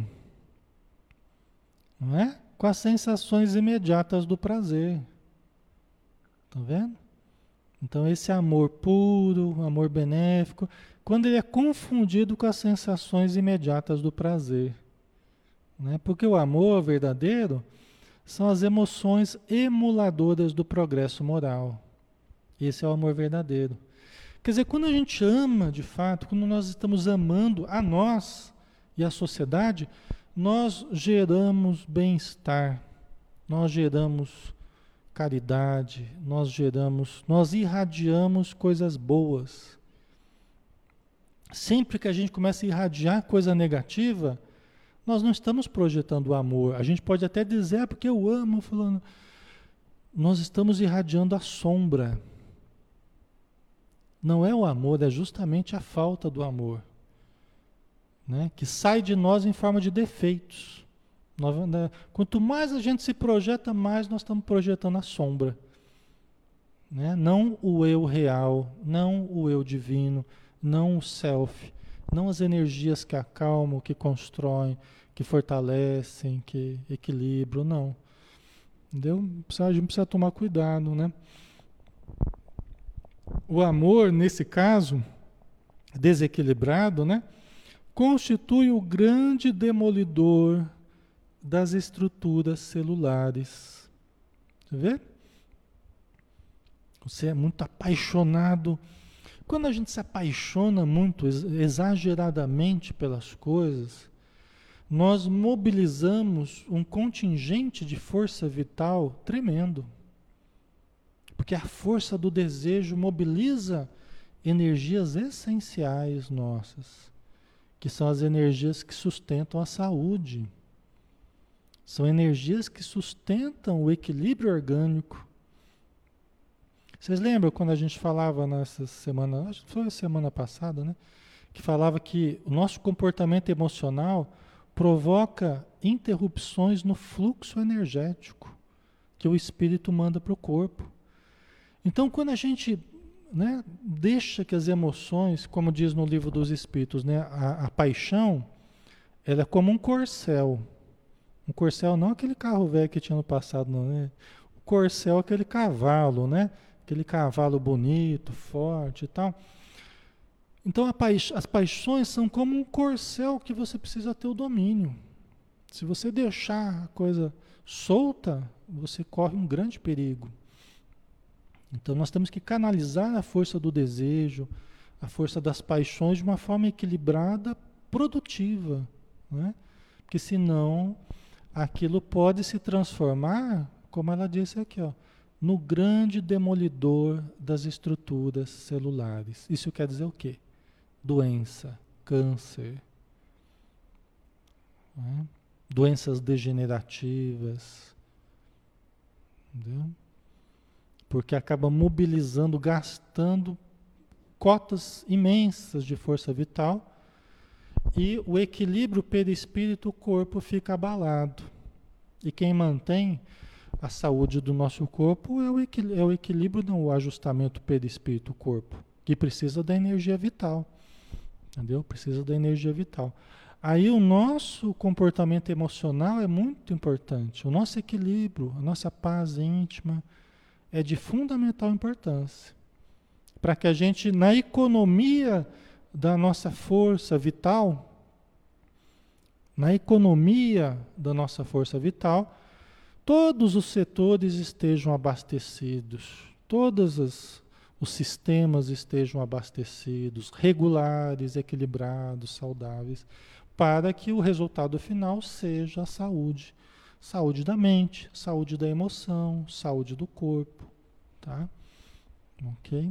não é? Com as sensações imediatas do prazer. Tá vendo? Então esse amor puro, amor benéfico, quando ele é confundido com as sensações imediatas do prazer, né? Porque o amor verdadeiro são as emoções emuladoras do progresso moral. Esse é o amor verdadeiro. Quer dizer, quando a gente ama de fato, quando nós estamos amando a nós e a sociedade, nós geramos bem-estar, nós geramos caridade, nós geramos, nós irradiamos coisas boas. Sempre que a gente começa a irradiar coisa negativa, nós não estamos projetando o amor. A gente pode até dizer, ah, porque eu amo fulano. Nós estamos irradiando a sombra. Não é o amor, é justamente a falta do amor, né? Que sai de nós em forma de defeitos. Nós, né? Quanto mais a gente se projeta, mais nós estamos projetando a sombra, né? Não o eu real, não o eu divino, não o self, não as energias que acalmam, que constroem, que fortalecem, que equilibram, não. Entendeu? A gente precisa tomar cuidado, né? O amor, nesse caso, desequilibrado, né, constitui o grande demolidor das estruturas celulares. Você vê? Você é muito apaixonado. Quando a gente se apaixona muito, exageradamente pelas coisas, nós mobilizamos um contingente de força vital tremendo. Porque a força do desejo mobiliza energias essenciais nossas, que são as energias que sustentam a saúde. São energias que sustentam o equilíbrio orgânico. Vocês lembram quando a gente falava nessa semana, acho que foi a semana passada, né? Que falava que o nosso comportamento emocional provoca interrupções no fluxo energético que o espírito manda para o corpo. Então, quando a gente, né, deixa que as emoções, como diz no livro dos Espíritos, né, a, a paixão, ela é como um corcel. Um corcel não aquele carro velho que tinha no passado, não, né? O corcel é aquele cavalo, né? Aquele cavalo bonito, forte e tal. Então, a paix- as paixões são como um corcel que você precisa ter o domínio. Se você deixar a coisa solta, você corre um grande perigo. Então nós temos que canalizar a força do desejo, a força das paixões de uma forma equilibrada, produtiva, né? Porque senão aquilo pode se transformar, como ela disse aqui, ó, no grande demolidor das estruturas celulares. Isso quer dizer o quê? Doença, câncer, né? Doenças degenerativas, entendeu? Porque acaba mobilizando, gastando cotas imensas de força vital e o equilíbrio perispírito-corpo fica abalado. E quem mantém a saúde do nosso corpo é o, equil- é o equilíbrio, não o ajustamento perispírito-corpo, que precisa da energia vital, entendeu? Precisa da energia vital. Aí o nosso comportamento emocional é muito importante, o nosso equilíbrio, a nossa paz íntima, é de fundamental importância para que a gente, na economia da nossa força vital, na economia da nossa força vital, todos os setores estejam abastecidos, todos os, os sistemas estejam abastecidos, regulares, equilibrados, saudáveis, para que o resultado final seja a saúde. Saúde da mente, saúde da emoção, saúde do corpo, tá? Ok?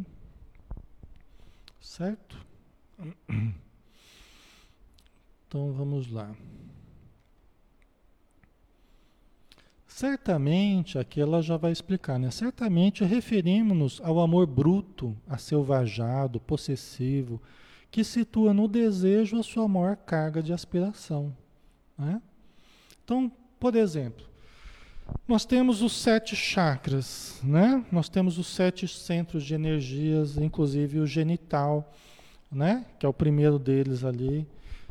Certo? Então vamos lá. Certamente, aqui ela já vai explicar, né? Certamente referimos-nos ao amor bruto, aselvajado, possessivo, que situa no desejo a sua maior carga de aspiração, né? Então, por exemplo, nós temos os sete chakras, né? Nós temos os sete centros de energias, inclusive o genital, né? Que é o primeiro deles ali,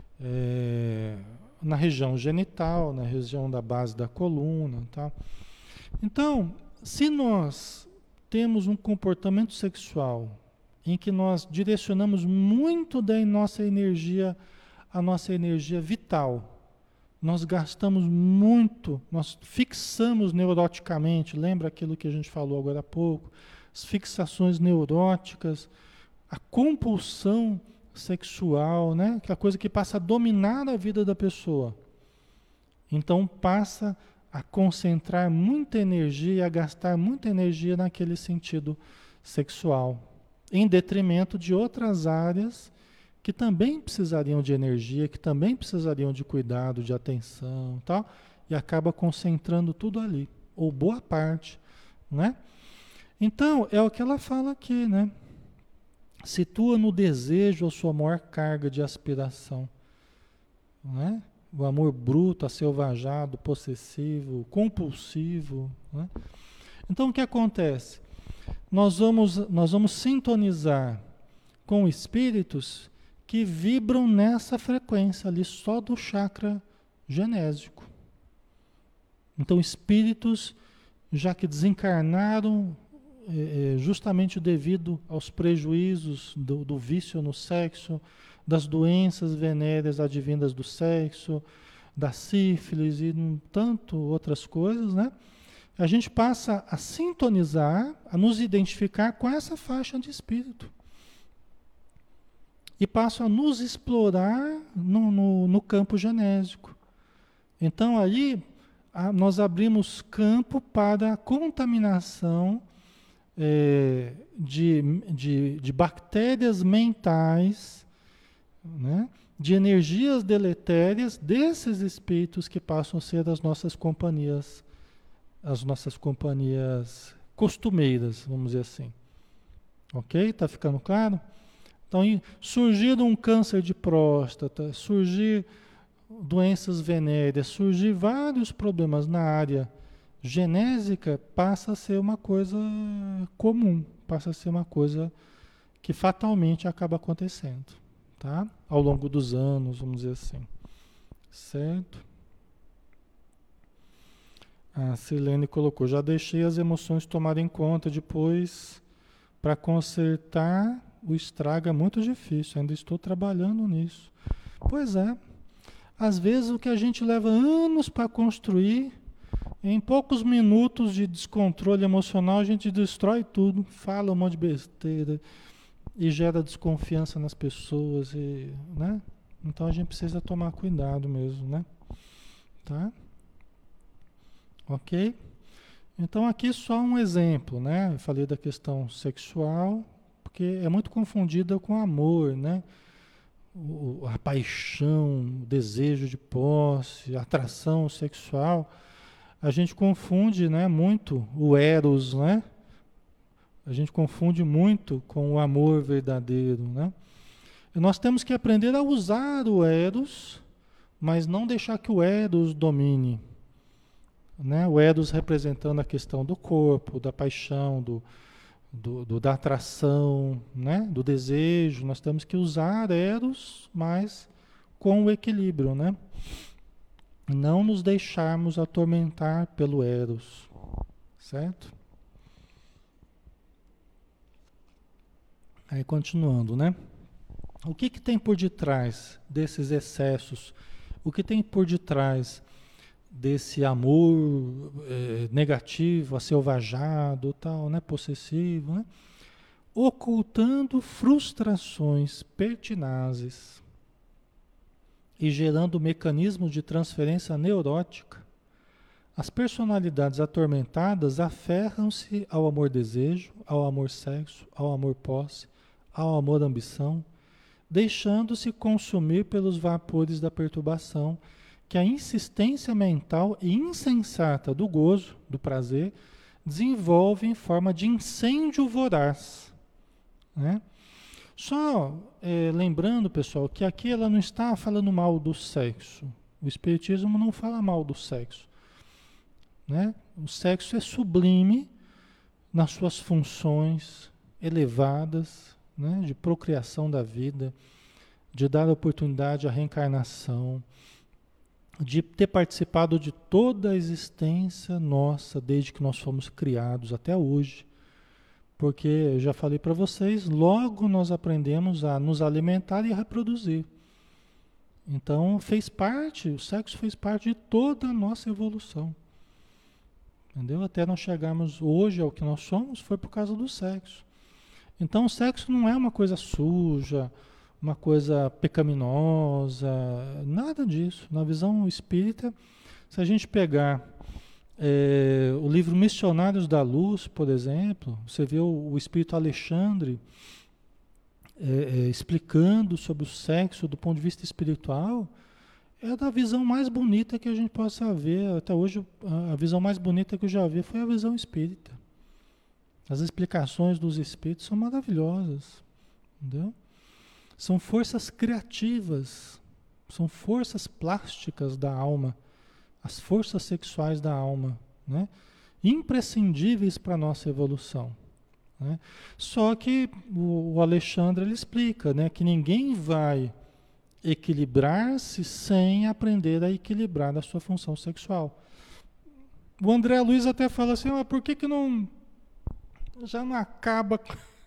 é, na região genital, na região da base da coluna, tá? Então, se nós temos um comportamento sexual em que nós direcionamos muito da nossa energia, a nossa energia vital, nós gastamos muito, nós fixamos neuroticamente, lembra aquilo que a gente falou agora há pouco, as fixações neuróticas, a compulsão sexual, né? Que é a coisa que passa a dominar a vida da pessoa. Então passa a concentrar muita energia, a gastar muita energia naquele sentido sexual, em detrimento de outras áreas que também precisariam de energia, que também precisariam de cuidado, de atenção, tal, e acaba concentrando tudo ali, ou boa parte, né? Então, é o que ela fala aqui, né? Situa no desejo a sua maior carga de aspiração, né? O amor bruto, aselvajado, possessivo, compulsivo, né? Então, o que acontece? Nós vamos, nós vamos sintonizar com espíritos que vibram nessa frequência ali, só do chakra genésico. Então, espíritos já que desencarnaram é, justamente devido aos prejuízos do, do vício no sexo, das doenças venéreas advindas do sexo, da sífilis e um tanto outras coisas, né? A gente passa a sintonizar, a nos identificar com essa faixa de espírito. E passa a nos explorar no, no, no campo genésico. Então aí a, nós abrimos campo para a contaminação é, de, de, de bactérias mentais, né? De energias deletérias desses espíritos que passam a ser as nossas companhias, as nossas companhias costumeiras, vamos dizer assim. Ok? Tá ficando claro? Então, surgir um câncer de próstata, surgir doenças venéreas, surgir vários problemas na área genésica, passa a ser uma coisa comum, passa a ser uma coisa que fatalmente acaba acontecendo, tá? Ao longo dos anos, vamos dizer assim. Certo? A Silene colocou, já deixei as emoções tomarem conta, depois para consertar o estrago é muito difícil, ainda estou trabalhando nisso. Pois é, às vezes o que a gente leva anos para construir, em poucos minutos de descontrole emocional a gente destrói tudo, fala um monte de besteira e gera desconfiança nas pessoas, e, né? Então a gente precisa tomar cuidado mesmo, né? Tá? Ok? Então aqui só um exemplo, né? Eu falei da questão sexual, porque é muito confundida com amor, né? O, a paixão, o desejo de posse, a atração sexual, a gente confunde, né, muito o eros, né? A gente confunde muito com o amor verdadeiro, né? E nós temos que aprender a usar o eros, mas não deixar que o eros domine, né? O eros representando a questão do corpo, da paixão, do Do, do, da atração, né? Do desejo. Nós temos que usar eros, mas com o equilíbrio, né? Não nos deixarmos atormentar pelo eros, certo? Aí continuando, né? O que que tem por detrás desses excessos? O que tem por detrás desse amor eh, negativo, aselvajado, tal, né, possessivo, né? Ocultando frustrações pertinazes e gerando mecanismos de transferência neurótica, as personalidades atormentadas aferram-se ao amor-desejo, ao amor-sexo, ao amor-posse, ao amor-ambição, deixando-se consumir pelos vapores da perturbação, que a insistência mental e insensata do gozo, do prazer, desenvolve em forma de incêndio voraz, né? Só é, lembrando, pessoal, que aqui ela não está falando mal do sexo. O Espiritismo não fala mal do sexo, né? O sexo é sublime nas suas funções elevadas, né? De procriação da vida, de dar oportunidade à reencarnação, de ter participado de toda a existência nossa, desde que nós fomos criados até hoje. Porque, eu já falei para vocês, logo nós aprendemos a nos alimentar e a reproduzir. Então, fez parte, o sexo fez parte de toda a nossa evolução. Entendeu? Até nós chegarmos hoje ao que nós somos, foi por causa do sexo. Então, o sexo não é uma coisa suja, uma coisa pecaminosa, nada disso. Na visão espírita, se a gente pegar é, o livro Missionários da Luz, por exemplo, você vê o, o espírito Alexandre é, é, explicando sobre o sexo do ponto de vista espiritual, é da visão mais bonita que a gente possa ver. Até hoje, a, a visão mais bonita que eu já vi foi a visão espírita. As explicações dos espíritos são maravilhosas, entendeu? São forças criativas, são forças plásticas da alma, as forças sexuais da alma, né? Imprescindíveis para a nossa evolução, né? Só que o, o Alexandre ele explica, né, que ninguém vai equilibrar-se sem aprender a equilibrar a sua função sexual. O André Luiz até fala assim, ah, por que que não já não acaba,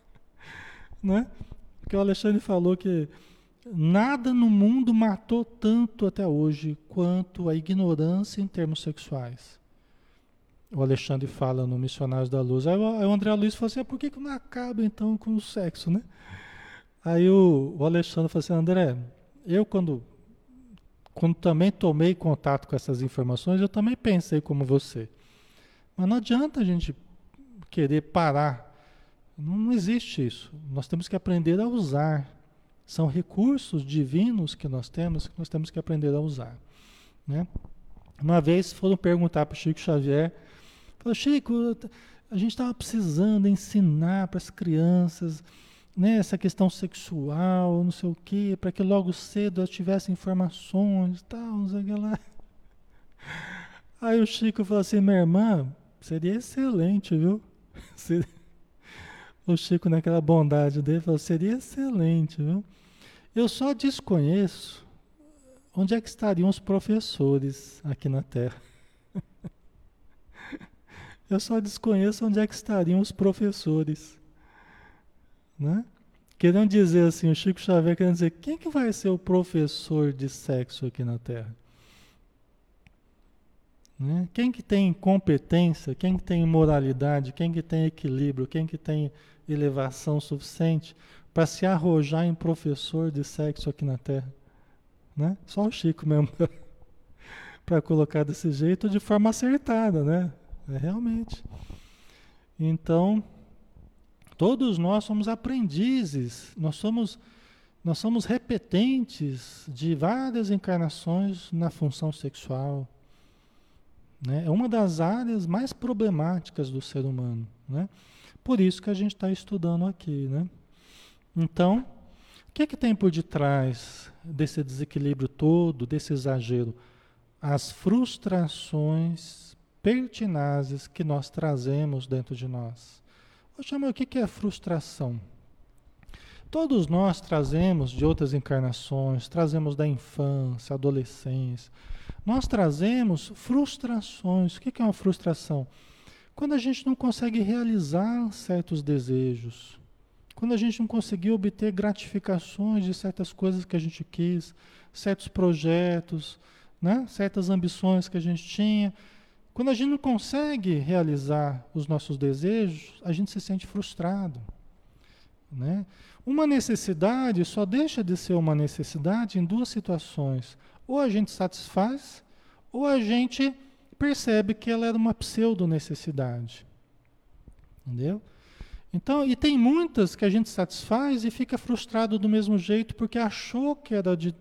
né? Porque o Alexandre falou que nada no mundo matou tanto até hoje quanto a ignorância em termos sexuais. O Alexandre fala no Missionários da Luz. Aí o André Luiz falou assim, ah, por que que não acaba então com o sexo, né? Aí o, o Alexandre falou assim, André, eu quando, quando também tomei contato com essas informações, eu também pensei como você. Mas não adianta a gente querer parar. Não, não existe isso. Nós temos que aprender a usar. São recursos divinos que nós temos, que nós temos que aprender a usar, né? Uma vez foram perguntar para o Chico Xavier, falou, Chico, a gente estava precisando ensinar para as crianças, né, essa questão sexual, não sei o quê, para que logo cedo elas tivessem informações e tal, não sei o que lá. Aí o Chico falou assim, minha irmã, seria excelente, viu? Seria... O Chico, naquela bondade dele, falou, seria excelente, viu? Eu só desconheço onde é que estariam os professores aqui na Terra. Eu só desconheço onde é que estariam os professores, né? Querendo dizer assim, o Chico Xavier querendo dizer, quem que vai ser o professor de sexo aqui na Terra? Né? Quem que tem competência, quem que tem moralidade, quem que tem equilíbrio, quem que tem elevação suficiente para se arrojar em professor de sexo aqui na Terra, né? Só o Chico mesmo para colocar desse jeito de forma acertada, né? É, realmente. Então, todos nós somos aprendizes, nós somos, nós somos repetentes de várias encarnações na função sexual, né? É uma das áreas mais problemáticas do ser humano, né? Por isso que a gente está estudando aqui, né? Então, o que, que tem por detrás desse desequilíbrio todo, desse exagero? As frustrações pertinazes que nós trazemos dentro de nós. Eu chamo, o que, que é frustração? Todos nós trazemos de outras encarnações, trazemos da infância, adolescência. Nós trazemos frustrações. O que, que é uma frustração? Quando a gente não consegue realizar certos desejos, quando a gente não conseguiu obter gratificações de certas coisas que a gente quis, certos projetos, né? Certas ambições que a gente tinha, quando a gente não consegue realizar os nossos desejos, a gente se sente frustrado, né? Uma necessidade só deixa de ser uma necessidade em duas situações. Ou a gente satisfaz, ou a gente percebe que ela era uma pseudo-necessidade. Entendeu? Então, e tem muitas que a gente satisfaz e fica frustrado do mesmo jeito porque achou que era de,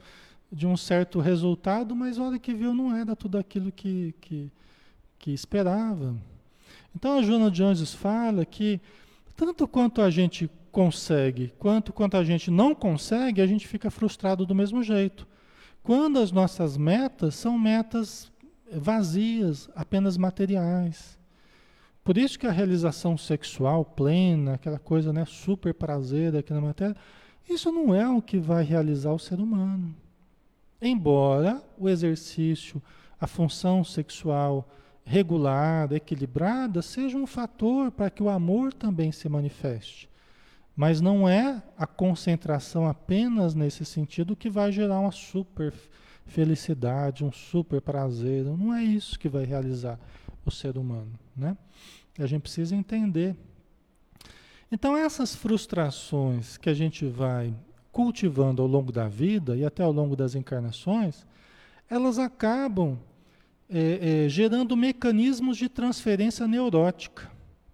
de um certo resultado, mas a hora que viu não era tudo aquilo que, que, que esperava. Então a Joana de Anjos fala que tanto quanto a gente consegue, quanto quanto a gente não consegue, a gente fica frustrado do mesmo jeito. Quando as nossas metas são metas vazias, apenas materiais. Por isso que a realização sexual plena, aquela coisa, né, super prazer aqui na matéria, isso não é o que vai realizar o ser humano. Embora o exercício, a função sexual regulada, equilibrada, seja um fator para que o amor também se manifeste. Mas não é a concentração apenas nesse sentido que vai gerar uma super felicidade, um super prazer. Não é isso que vai realizar o ser humano, né? A gente precisa entender. Então essas frustrações que a gente vai cultivando ao longo da vida e até ao longo das encarnações, elas acabam é, é, gerando mecanismos de transferência neurótica.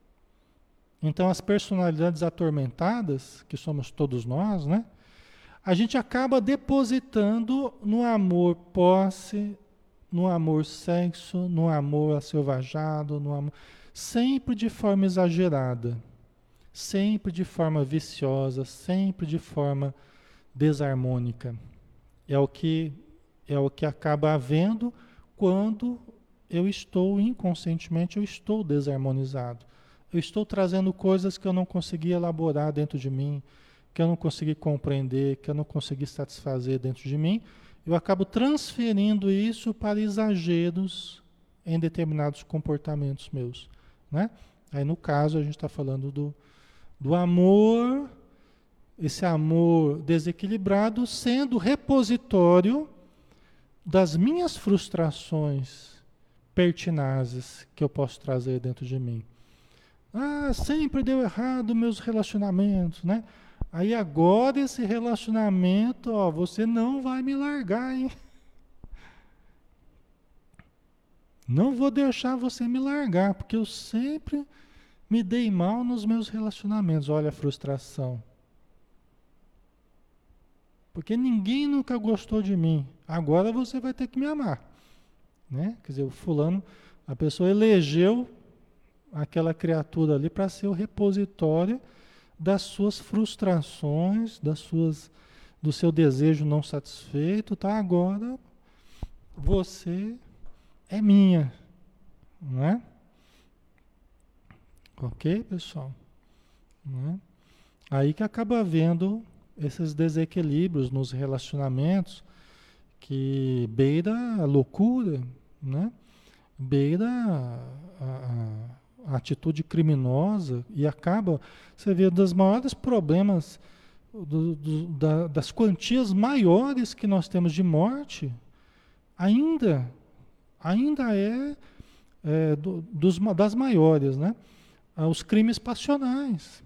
Então as personalidades atormentadas, que somos todos nós, né? A gente acaba depositando no amor posse, no amor sexo, no amor acelvajado, no amor, sempre de forma exagerada, sempre de forma viciosa, sempre de forma desarmônica. É o que é o que acaba havendo quando eu estou inconscientemente, eu estou desarmonizado. Eu estou trazendo coisas que eu não consegui elaborar dentro de mim, que eu não consegui compreender, que eu não consegui satisfazer dentro de mim. Eu acabo transferindo isso para exageros em determinados comportamentos meus, né? Aí no caso a gente está falando do, do amor, esse amor desequilibrado sendo repositório das minhas frustrações pertinazes que eu posso trazer dentro de mim. Ah, sempre deu errado meus relacionamentos, né? Aí agora esse relacionamento, ó, você não vai me largar, hein? Não vou deixar você me largar, porque eu sempre me dei mal nos meus relacionamentos. Olha a frustração. Porque ninguém nunca gostou de mim. Agora você vai ter que me amar, né? Quer dizer, o fulano, a pessoa elegeu aquela criatura ali para ser o repositório das suas frustrações, das suas, do seu desejo não satisfeito, tá? Agora você é minha, não é? Ok, pessoal? Não é? Aí que acaba havendo esses desequilíbrios nos relacionamentos que beira a loucura, né? Beira a, a a atitude criminosa e acaba, você vê, dos maiores problemas, do, do, da, das quantias maiores que nós temos de morte, ainda, ainda é, é do, dos, das maiores, né? Os crimes passionais,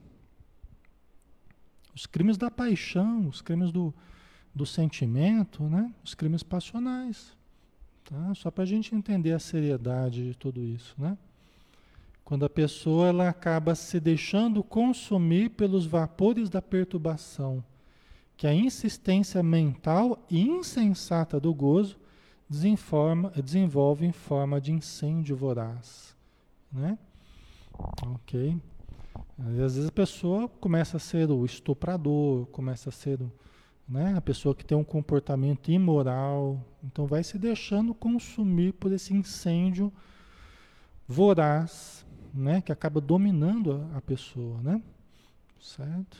os crimes da paixão, os crimes do, do sentimento, né? Os crimes passionais, tá? Só para a gente entender a seriedade de tudo isso, né? Quando a pessoa ela acaba se deixando consumir pelos vapores da perturbação, que a insistência mental e insensata do gozo desenvolve em forma de incêndio voraz, né? Ok? Às vezes a pessoa começa a ser o estuprador, começa a ser o, né, a pessoa que tem um comportamento imoral, então vai se deixando consumir por esse incêndio voraz, né, que acaba dominando a, a pessoa, né? Certo?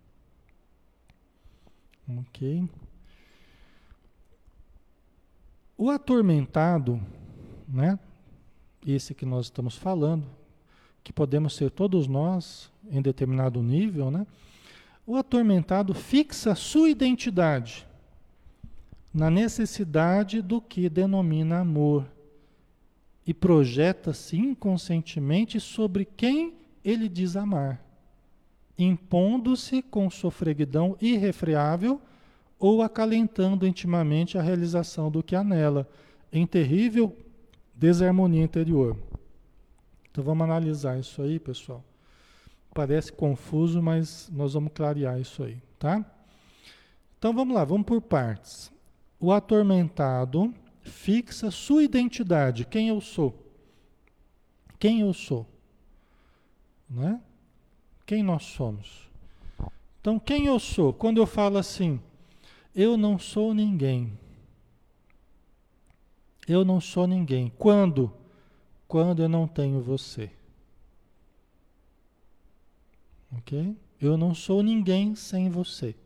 Ok. O atormentado, né? Esse que nós estamos falando, que podemos ser todos nós em determinado nível, né? O atormentado fixa sua identidade na necessidade do que denomina amor e projeta-se inconscientemente sobre quem ele diz amar, impondo-se com sofreguidão irrefreável ou acalentando intimamente a realização do que anela, em terrível desarmonia interior. Então vamos analisar isso aí, pessoal. Parece confuso, mas nós vamos clarear isso aí, tá? Então vamos lá, vamos por partes. o atormentado fixa sua identidade, quem eu sou. Quem eu sou, né? Quem nós somos. Então, quem eu sou? Quando eu falo assim, eu não sou ninguém. Eu não sou ninguém. Quando? Quando eu não tenho você. Ok? Eu não sou ninguém sem você.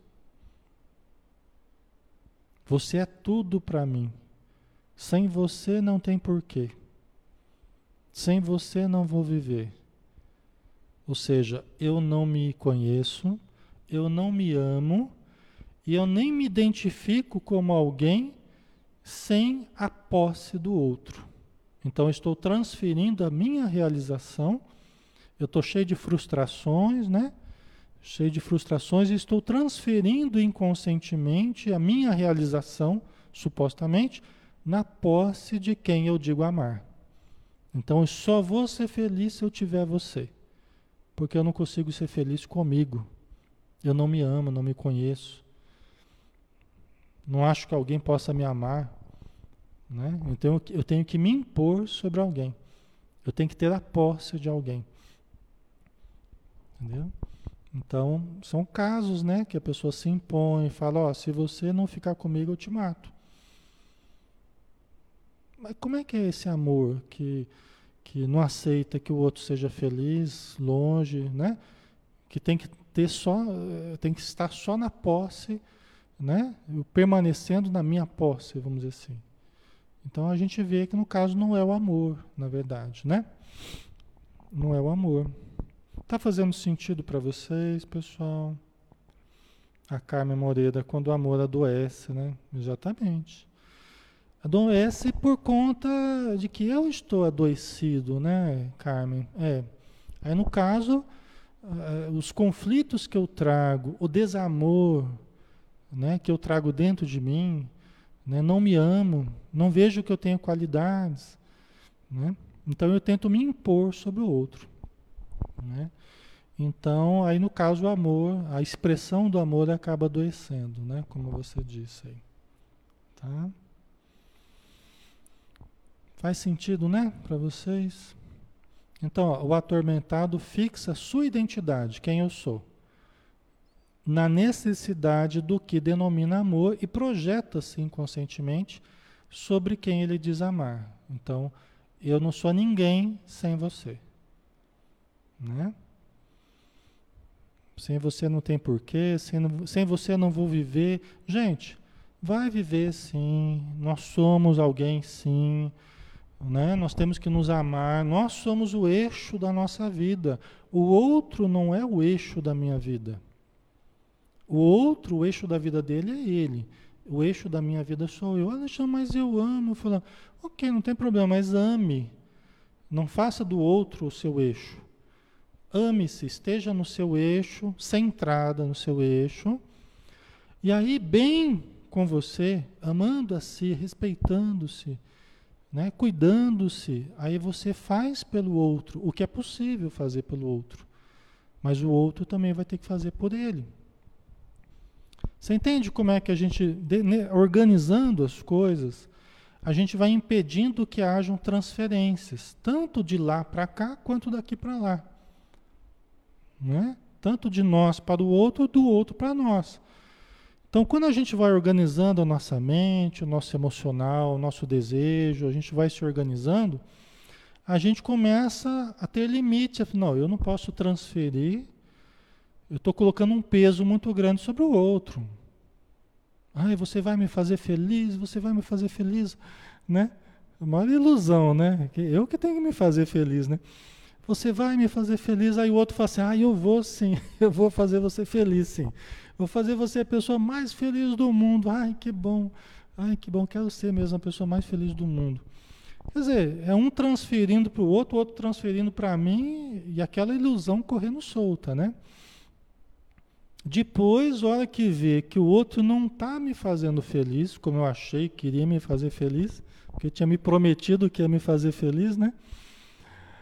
Você é tudo para mim. Sem você não tem porquê. Sem você não vou viver. Ou seja, eu não me conheço, eu não me amo e eu nem me identifico como alguém sem a posse do outro. Então eu estou transferindo a minha realização, eu estou cheio de frustrações, né? Cheio de frustrações e estou transferindo inconscientemente a minha realização, supostamente, na posse de quem eu digo amar. Então eu só vou ser feliz se eu tiver você. Porque eu não consigo ser feliz comigo. Eu não me amo, não me conheço. Não acho que alguém possa me amar. Né? Então eu tenho que me impor sobre alguém. Eu tenho que ter a posse de alguém. Entendeu? Então, são casos, né, que a pessoa se impõe e fala, ó, se você não ficar comigo, eu te mato. Mas como é que é esse amor que, que não aceita que o outro seja feliz, longe, né? Que tem que ter só, tem que estar só na posse, né? Permanecendo na minha posse, vamos dizer assim. Então a gente vê que no caso não é o amor, na verdade, né? Não é o amor. Tá fazendo sentido para vocês, pessoal? A Carmen Moreira, quando o amor adoece, né? Exatamente. Adoece por conta de que eu estou adoecido, né, Carmen? É. Aí no caso, uh, os conflitos que eu trago, o desamor, né, que eu trago dentro de mim, né, não me amo, não vejo que eu tenho qualidades, né? Então eu tento me impor sobre o outro, né? Então, aí no caso o amor, a expressão do amor acaba adoecendo, né? Como você disse aí. Tá? Faz sentido, né? Para vocês? Então, ó, o atormentado fixa sua identidade, quem eu sou, na necessidade do que denomina amor e projeta-se inconscientemente sobre quem ele diz amar. Então, eu não sou ninguém sem você, né? Sem você não tem porquê, sem, sem você não vou viver. Gente, vai viver sim, nós somos alguém sim, né? Nós temos que nos amar, nós somos o eixo da nossa vida. O outro não é o eixo da minha vida. O outro, o eixo da vida dele é ele. O eixo da minha vida sou eu. Alexandre, mas eu amo. Falando, ok, não tem problema, mas ame. Não faça do outro o seu eixo. Ame-se, esteja no seu eixo, centrada no seu eixo, e aí bem com você, amando a si, respeitando-se, né, cuidando-se, aí você faz pelo outro o que é possível fazer pelo outro, mas o outro também vai ter que fazer por ele. Você entende como é que a gente, organizando as coisas, a gente vai impedindo que hajam transferências, tanto de lá para cá, quanto daqui para lá. Né? Tanto de nós para o outro, do outro para nós. Então, quando a gente vai organizando a nossa mente, o nosso emocional, o nosso desejo, a gente vai se organizando, a gente começa a ter limite. Não, eu não posso transferir, eu estou colocando um peso muito grande sobre o outro. Ai, você vai me fazer feliz, você vai me fazer feliz, né? É uma ilusão, né? Eu que tenho que me fazer feliz, né? Você vai me fazer feliz, aí o outro fala assim, ah, eu vou sim, eu vou fazer você feliz sim. Vou fazer você a pessoa mais feliz do mundo. Ai, que bom, ai, que bom, quero ser mesmo a pessoa mais feliz do mundo. Quer dizer, é um transferindo para o outro, o outro transferindo para mim, e aquela ilusão correndo solta, né? Depois, a hora que vê que o outro não está me fazendo feliz, como eu achei que iria me fazer feliz, porque tinha me prometido que ia me fazer feliz, né?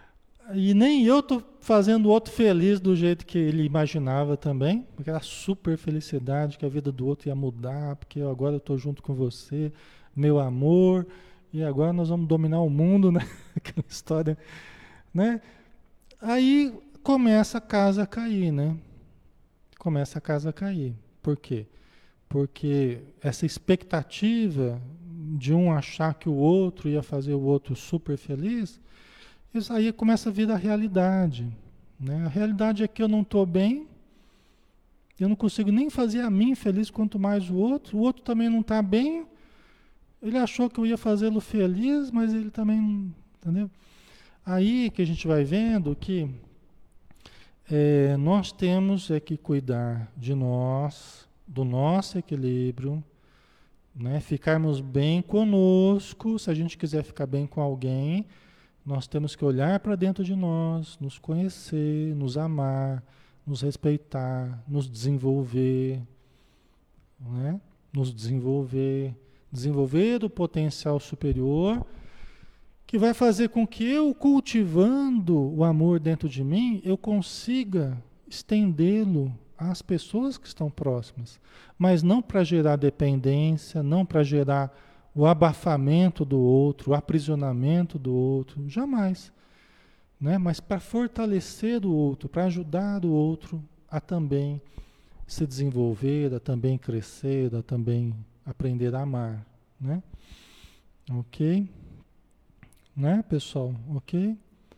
E nem eu tô fazendo o outro feliz do jeito que ele imaginava também, porque era super felicidade, que a vida do outro ia mudar, porque eu agora eu tô junto com você, meu amor, e agora nós vamos dominar o mundo, né? Aquela história, né? Aí começa a casa a cair, né? Começa a casa a cair. Por quê? Porque essa expectativa de um achar que o outro ia fazer o outro super feliz, isso aí começa a vir a realidade, né? A realidade é que eu não estou bem, eu não consigo nem fazer a mim feliz, quanto mais o outro. O outro também não está bem, ele achou que eu ia fazê-lo feliz, mas ele também não, entendeu? Aí que a gente vai vendo que é, nós temos é que cuidar de nós, do nosso equilíbrio, né? Ficarmos bem conosco. Se a gente quiser ficar bem com alguém, nós temos que olhar para dentro de nós, nos conhecer, nos amar, nos respeitar, nos desenvolver, né? Nos desenvolver, desenvolver o potencial superior, que vai fazer com que eu, cultivando o amor dentro de mim, eu consiga estendê-lo às pessoas que estão próximas. Mas não para gerar dependência, não para gerar o abafamento do outro, o aprisionamento do outro, jamais. Né? Mas para fortalecer o outro, para ajudar o outro a também se desenvolver, a também crescer, a também aprender a amar. Né? Ok? Né, pessoal? Ok?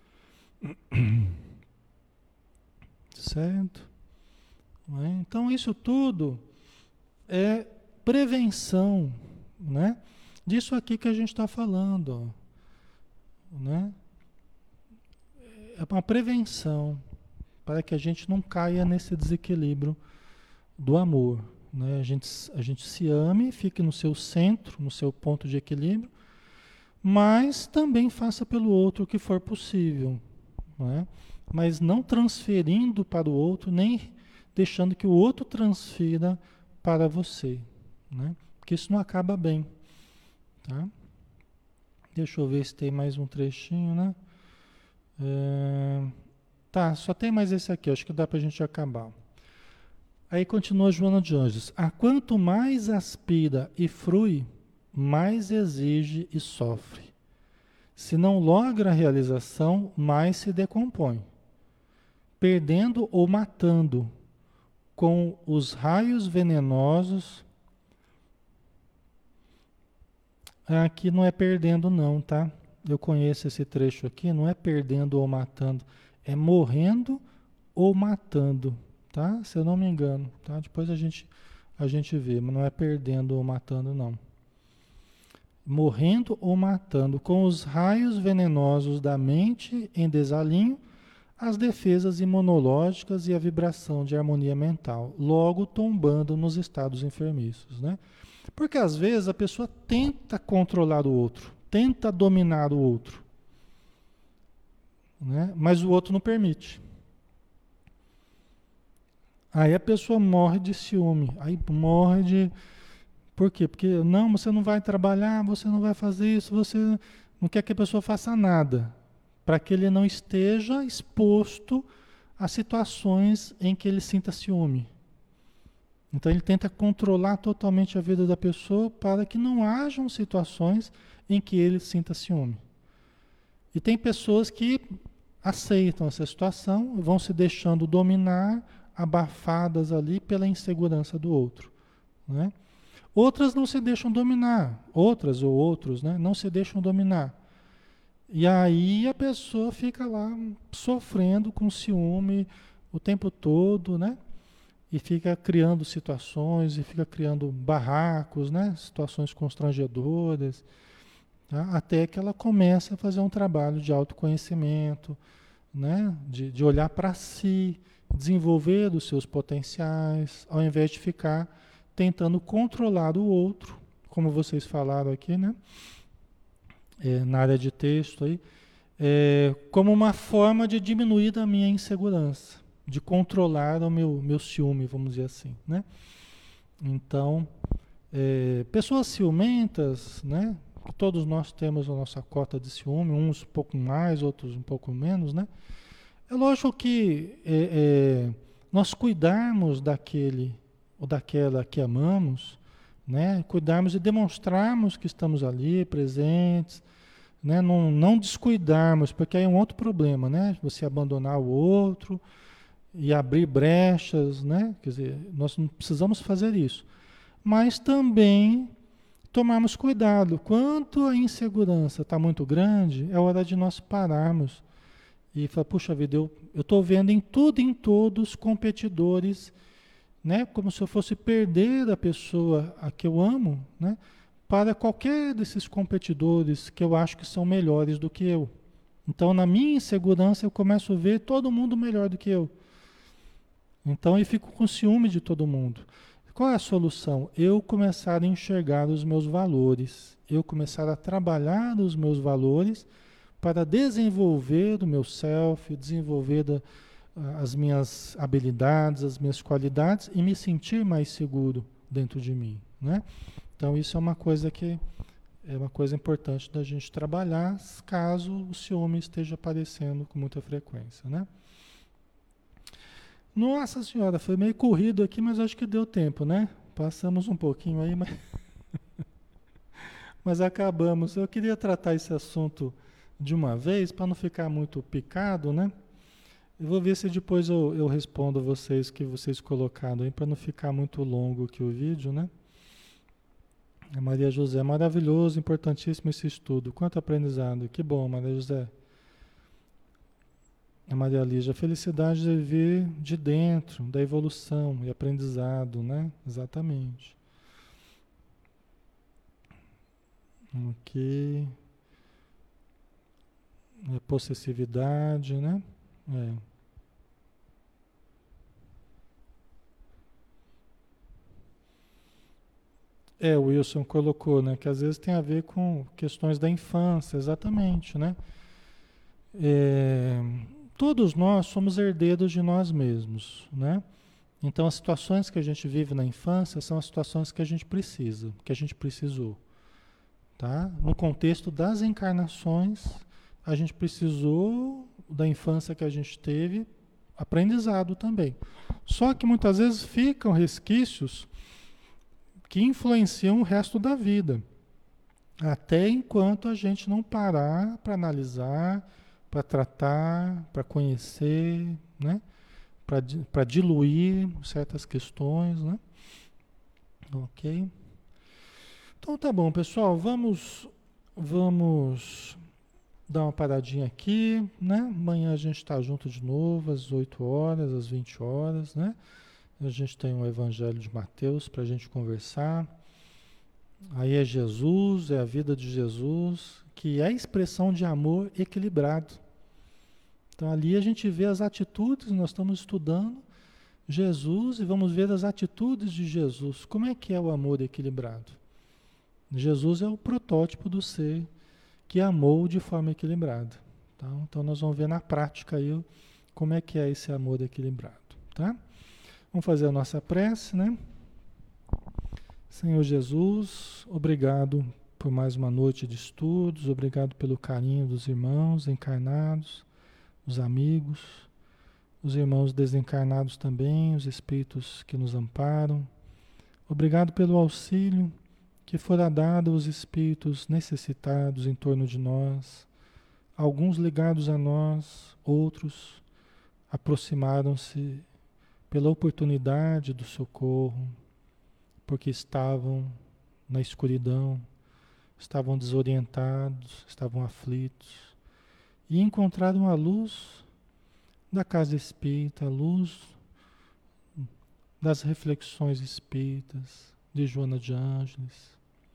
Certo? Né? Então, isso tudo é prevenção, né? Disso aqui que a gente está falando. Ó, né? É uma prevenção para que a gente não caia nesse desequilíbrio do amor. Né? A gente, a gente se ame, fique no seu centro, no seu ponto de equilíbrio, mas também faça pelo outro o que for possível, né? Mas não transferindo para o outro, nem deixando que o outro transfira para você, né? Porque isso não acaba bem, tá? Deixa eu ver se tem mais um trechinho, né? É... Tá, só tem mais esse aqui, acho que dá para a gente acabar. Aí continua Joana de Anjos. A quanto mais aspira e frui, mais exige e sofre. Se não logra a realização, mais se decompõe, perdendo ou matando com os raios venenosos. Aqui não é perdendo não, tá? Eu conheço esse trecho aqui, não é perdendo ou matando, é morrendo ou matando, tá? Se eu não me engano, tá? Depois a gente, a gente vê, mas não é perdendo ou matando não. Morrendo ou matando com os raios venenosos da mente em desalinho, as defesas imunológicas e a vibração de harmonia mental, logo tombando nos estados enfermiços, né? Porque às vezes a pessoa tenta controlar o outro, tenta dominar o outro, né? Mas o outro não permite. Aí a pessoa morre de ciúme, aí morre de... Por quê? Porque não, você não vai trabalhar, você não vai fazer isso, você não quer que a pessoa faça nada, para que ele não esteja exposto a situações em que ele sinta ciúme. Então ele tenta controlar totalmente a vida da pessoa para que não hajam situações em que ele sinta ciúme. E tem pessoas que aceitam essa situação, vão se deixando dominar, abafadas ali pela insegurança do outro, né? Outras não se deixam dominar, outras ou outros, né, não se deixam dominar. E aí a pessoa fica lá sofrendo com ciúme o tempo todo, né? E fica criando situações, e fica criando barracos, né? Situações constrangedoras, tá? Até que ela começa a fazer um trabalho de autoconhecimento, né? De, de olhar para si, desenvolver os seus potenciais, ao invés de ficar tentando controlar o outro, como vocês falaram aqui, né? É, na área de texto aí, é, como uma forma de diminuir a minha insegurança, de controlar o meu, meu ciúme, vamos dizer assim, né? Então, é, pessoas ciumentas, né? que todos nós temos a nossa cota de ciúme, uns um pouco mais, outros um pouco menos, né? É lógico que é, é, nós cuidarmos daquele ou daquela que amamos, né? Cuidarmos e demonstrarmos que estamos ali, presentes, né? Não, não descuidarmos, porque aí é um outro problema, né? Você abandonar o outro e abrir brechas, né? Quer dizer, nós não precisamos fazer isso. Mas também tomarmos cuidado. Quanto a insegurança está muito grande, é hora de nós pararmos e falar, puxa vida, eu estou vendo em tudo e em todos competidores, né? Como se eu fosse perder a pessoa a que eu amo, né? Para qualquer desses competidores que eu acho que são melhores do que eu. Então, na minha insegurança, eu começo a ver todo mundo melhor do que eu. Então, eu fico com ciúme de todo mundo. Qual é a solução? Eu começar a enxergar os meus valores, eu começar a trabalhar os meus valores para desenvolver o meu self, desenvolver da, as minhas habilidades, as minhas qualidades e me sentir mais seguro dentro de mim, né? Então isso é uma coisa que é uma coisa importante da gente trabalhar caso o ciúme esteja aparecendo com muita frequência, né? Nossa Senhora, foi meio corrido aqui, mas acho que deu tempo, né? Passamos um pouquinho aí, mas, mas acabamos. Eu queria tratar esse assunto de uma vez, para não ficar muito picado, né? Eu vou ver se depois eu, eu respondo a vocês que vocês colocaram aí, para não ficar muito longo aqui o vídeo, né? A Maria José, maravilhoso, importantíssimo esse estudo. Quanto aprendizado. Que bom, Maria José. A Maria Lígia, a felicidade de vir de dentro, da evolução e aprendizado, né? Exatamente. Ok. A possessividade, né? É. É, o Wilson colocou, né? Que às vezes tem a ver com questões da infância, exatamente, né? É, todos nós somos herdeiros de nós mesmos, né? Então as situações que a gente vive na infância são as situações que a gente precisa, que a gente precisou, tá? No contexto das encarnações, a gente precisou da infância que a gente teve, aprendizado também. Só que muitas vezes ficam resquícios que influenciam o resto da vida, até enquanto a gente não parar para analisar, para tratar, para conhecer, né? Para diluir certas questões, né? Ok? Então tá bom, pessoal, vamos, vamos dar uma paradinha aqui, né? Amanhã a gente está junto de novo, às oito horas, às vinte horas, né? A gente tem o Evangelho de Mateus para a gente conversar. Aí é Jesus, é a vida de Jesus, que é a expressão de amor equilibrado. Então ali a gente vê as atitudes, nós estamos estudando Jesus e vamos ver as atitudes de Jesus. Como é que é o amor equilibrado? Jesus é o protótipo do ser que amou de forma equilibrada. Tá? Então nós vamos ver na prática aí como é que é esse amor equilibrado. Tá? Vamos fazer a nossa prece, né? Senhor Jesus, obrigado por mais uma noite de estudos, obrigado pelo carinho dos irmãos encarnados, os amigos, os irmãos desencarnados também, os espíritos que nos amparam. Obrigado pelo auxílio que fora dado aos espíritos necessitados em torno de nós, alguns ligados a nós, outros aproximaram-se pela oportunidade do socorro, porque estavam na escuridão, estavam desorientados, estavam aflitos, e encontraram a luz da casa espírita, a luz das reflexões espíritas de Joana de Ângeles,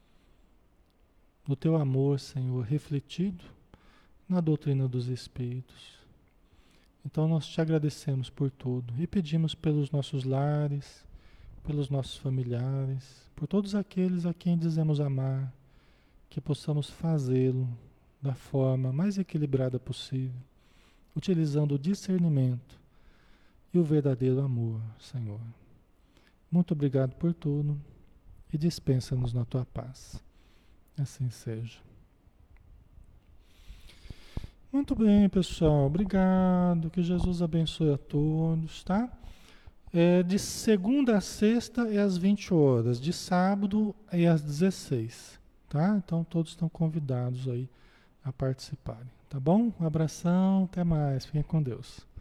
do teu amor, Senhor, refletido na doutrina dos espíritos. Então nós te agradecemos por tudo e pedimos pelos nossos lares, pelos nossos familiares, por todos aqueles a quem dizemos amar, que possamos fazê-lo da forma mais equilibrada possível, utilizando o discernimento e o verdadeiro amor, Senhor. Muito obrigado por tudo e dispensa-nos na tua paz. Assim seja. Muito bem, pessoal. Obrigado. Que Jesus abençoe a todos, tá? É, de segunda a sexta é às vinte horas, de sábado é às dezesseis, tá? Então todos estão convidados aí a participarem, tá bom? Um abração, até mais. Fiquem com Deus.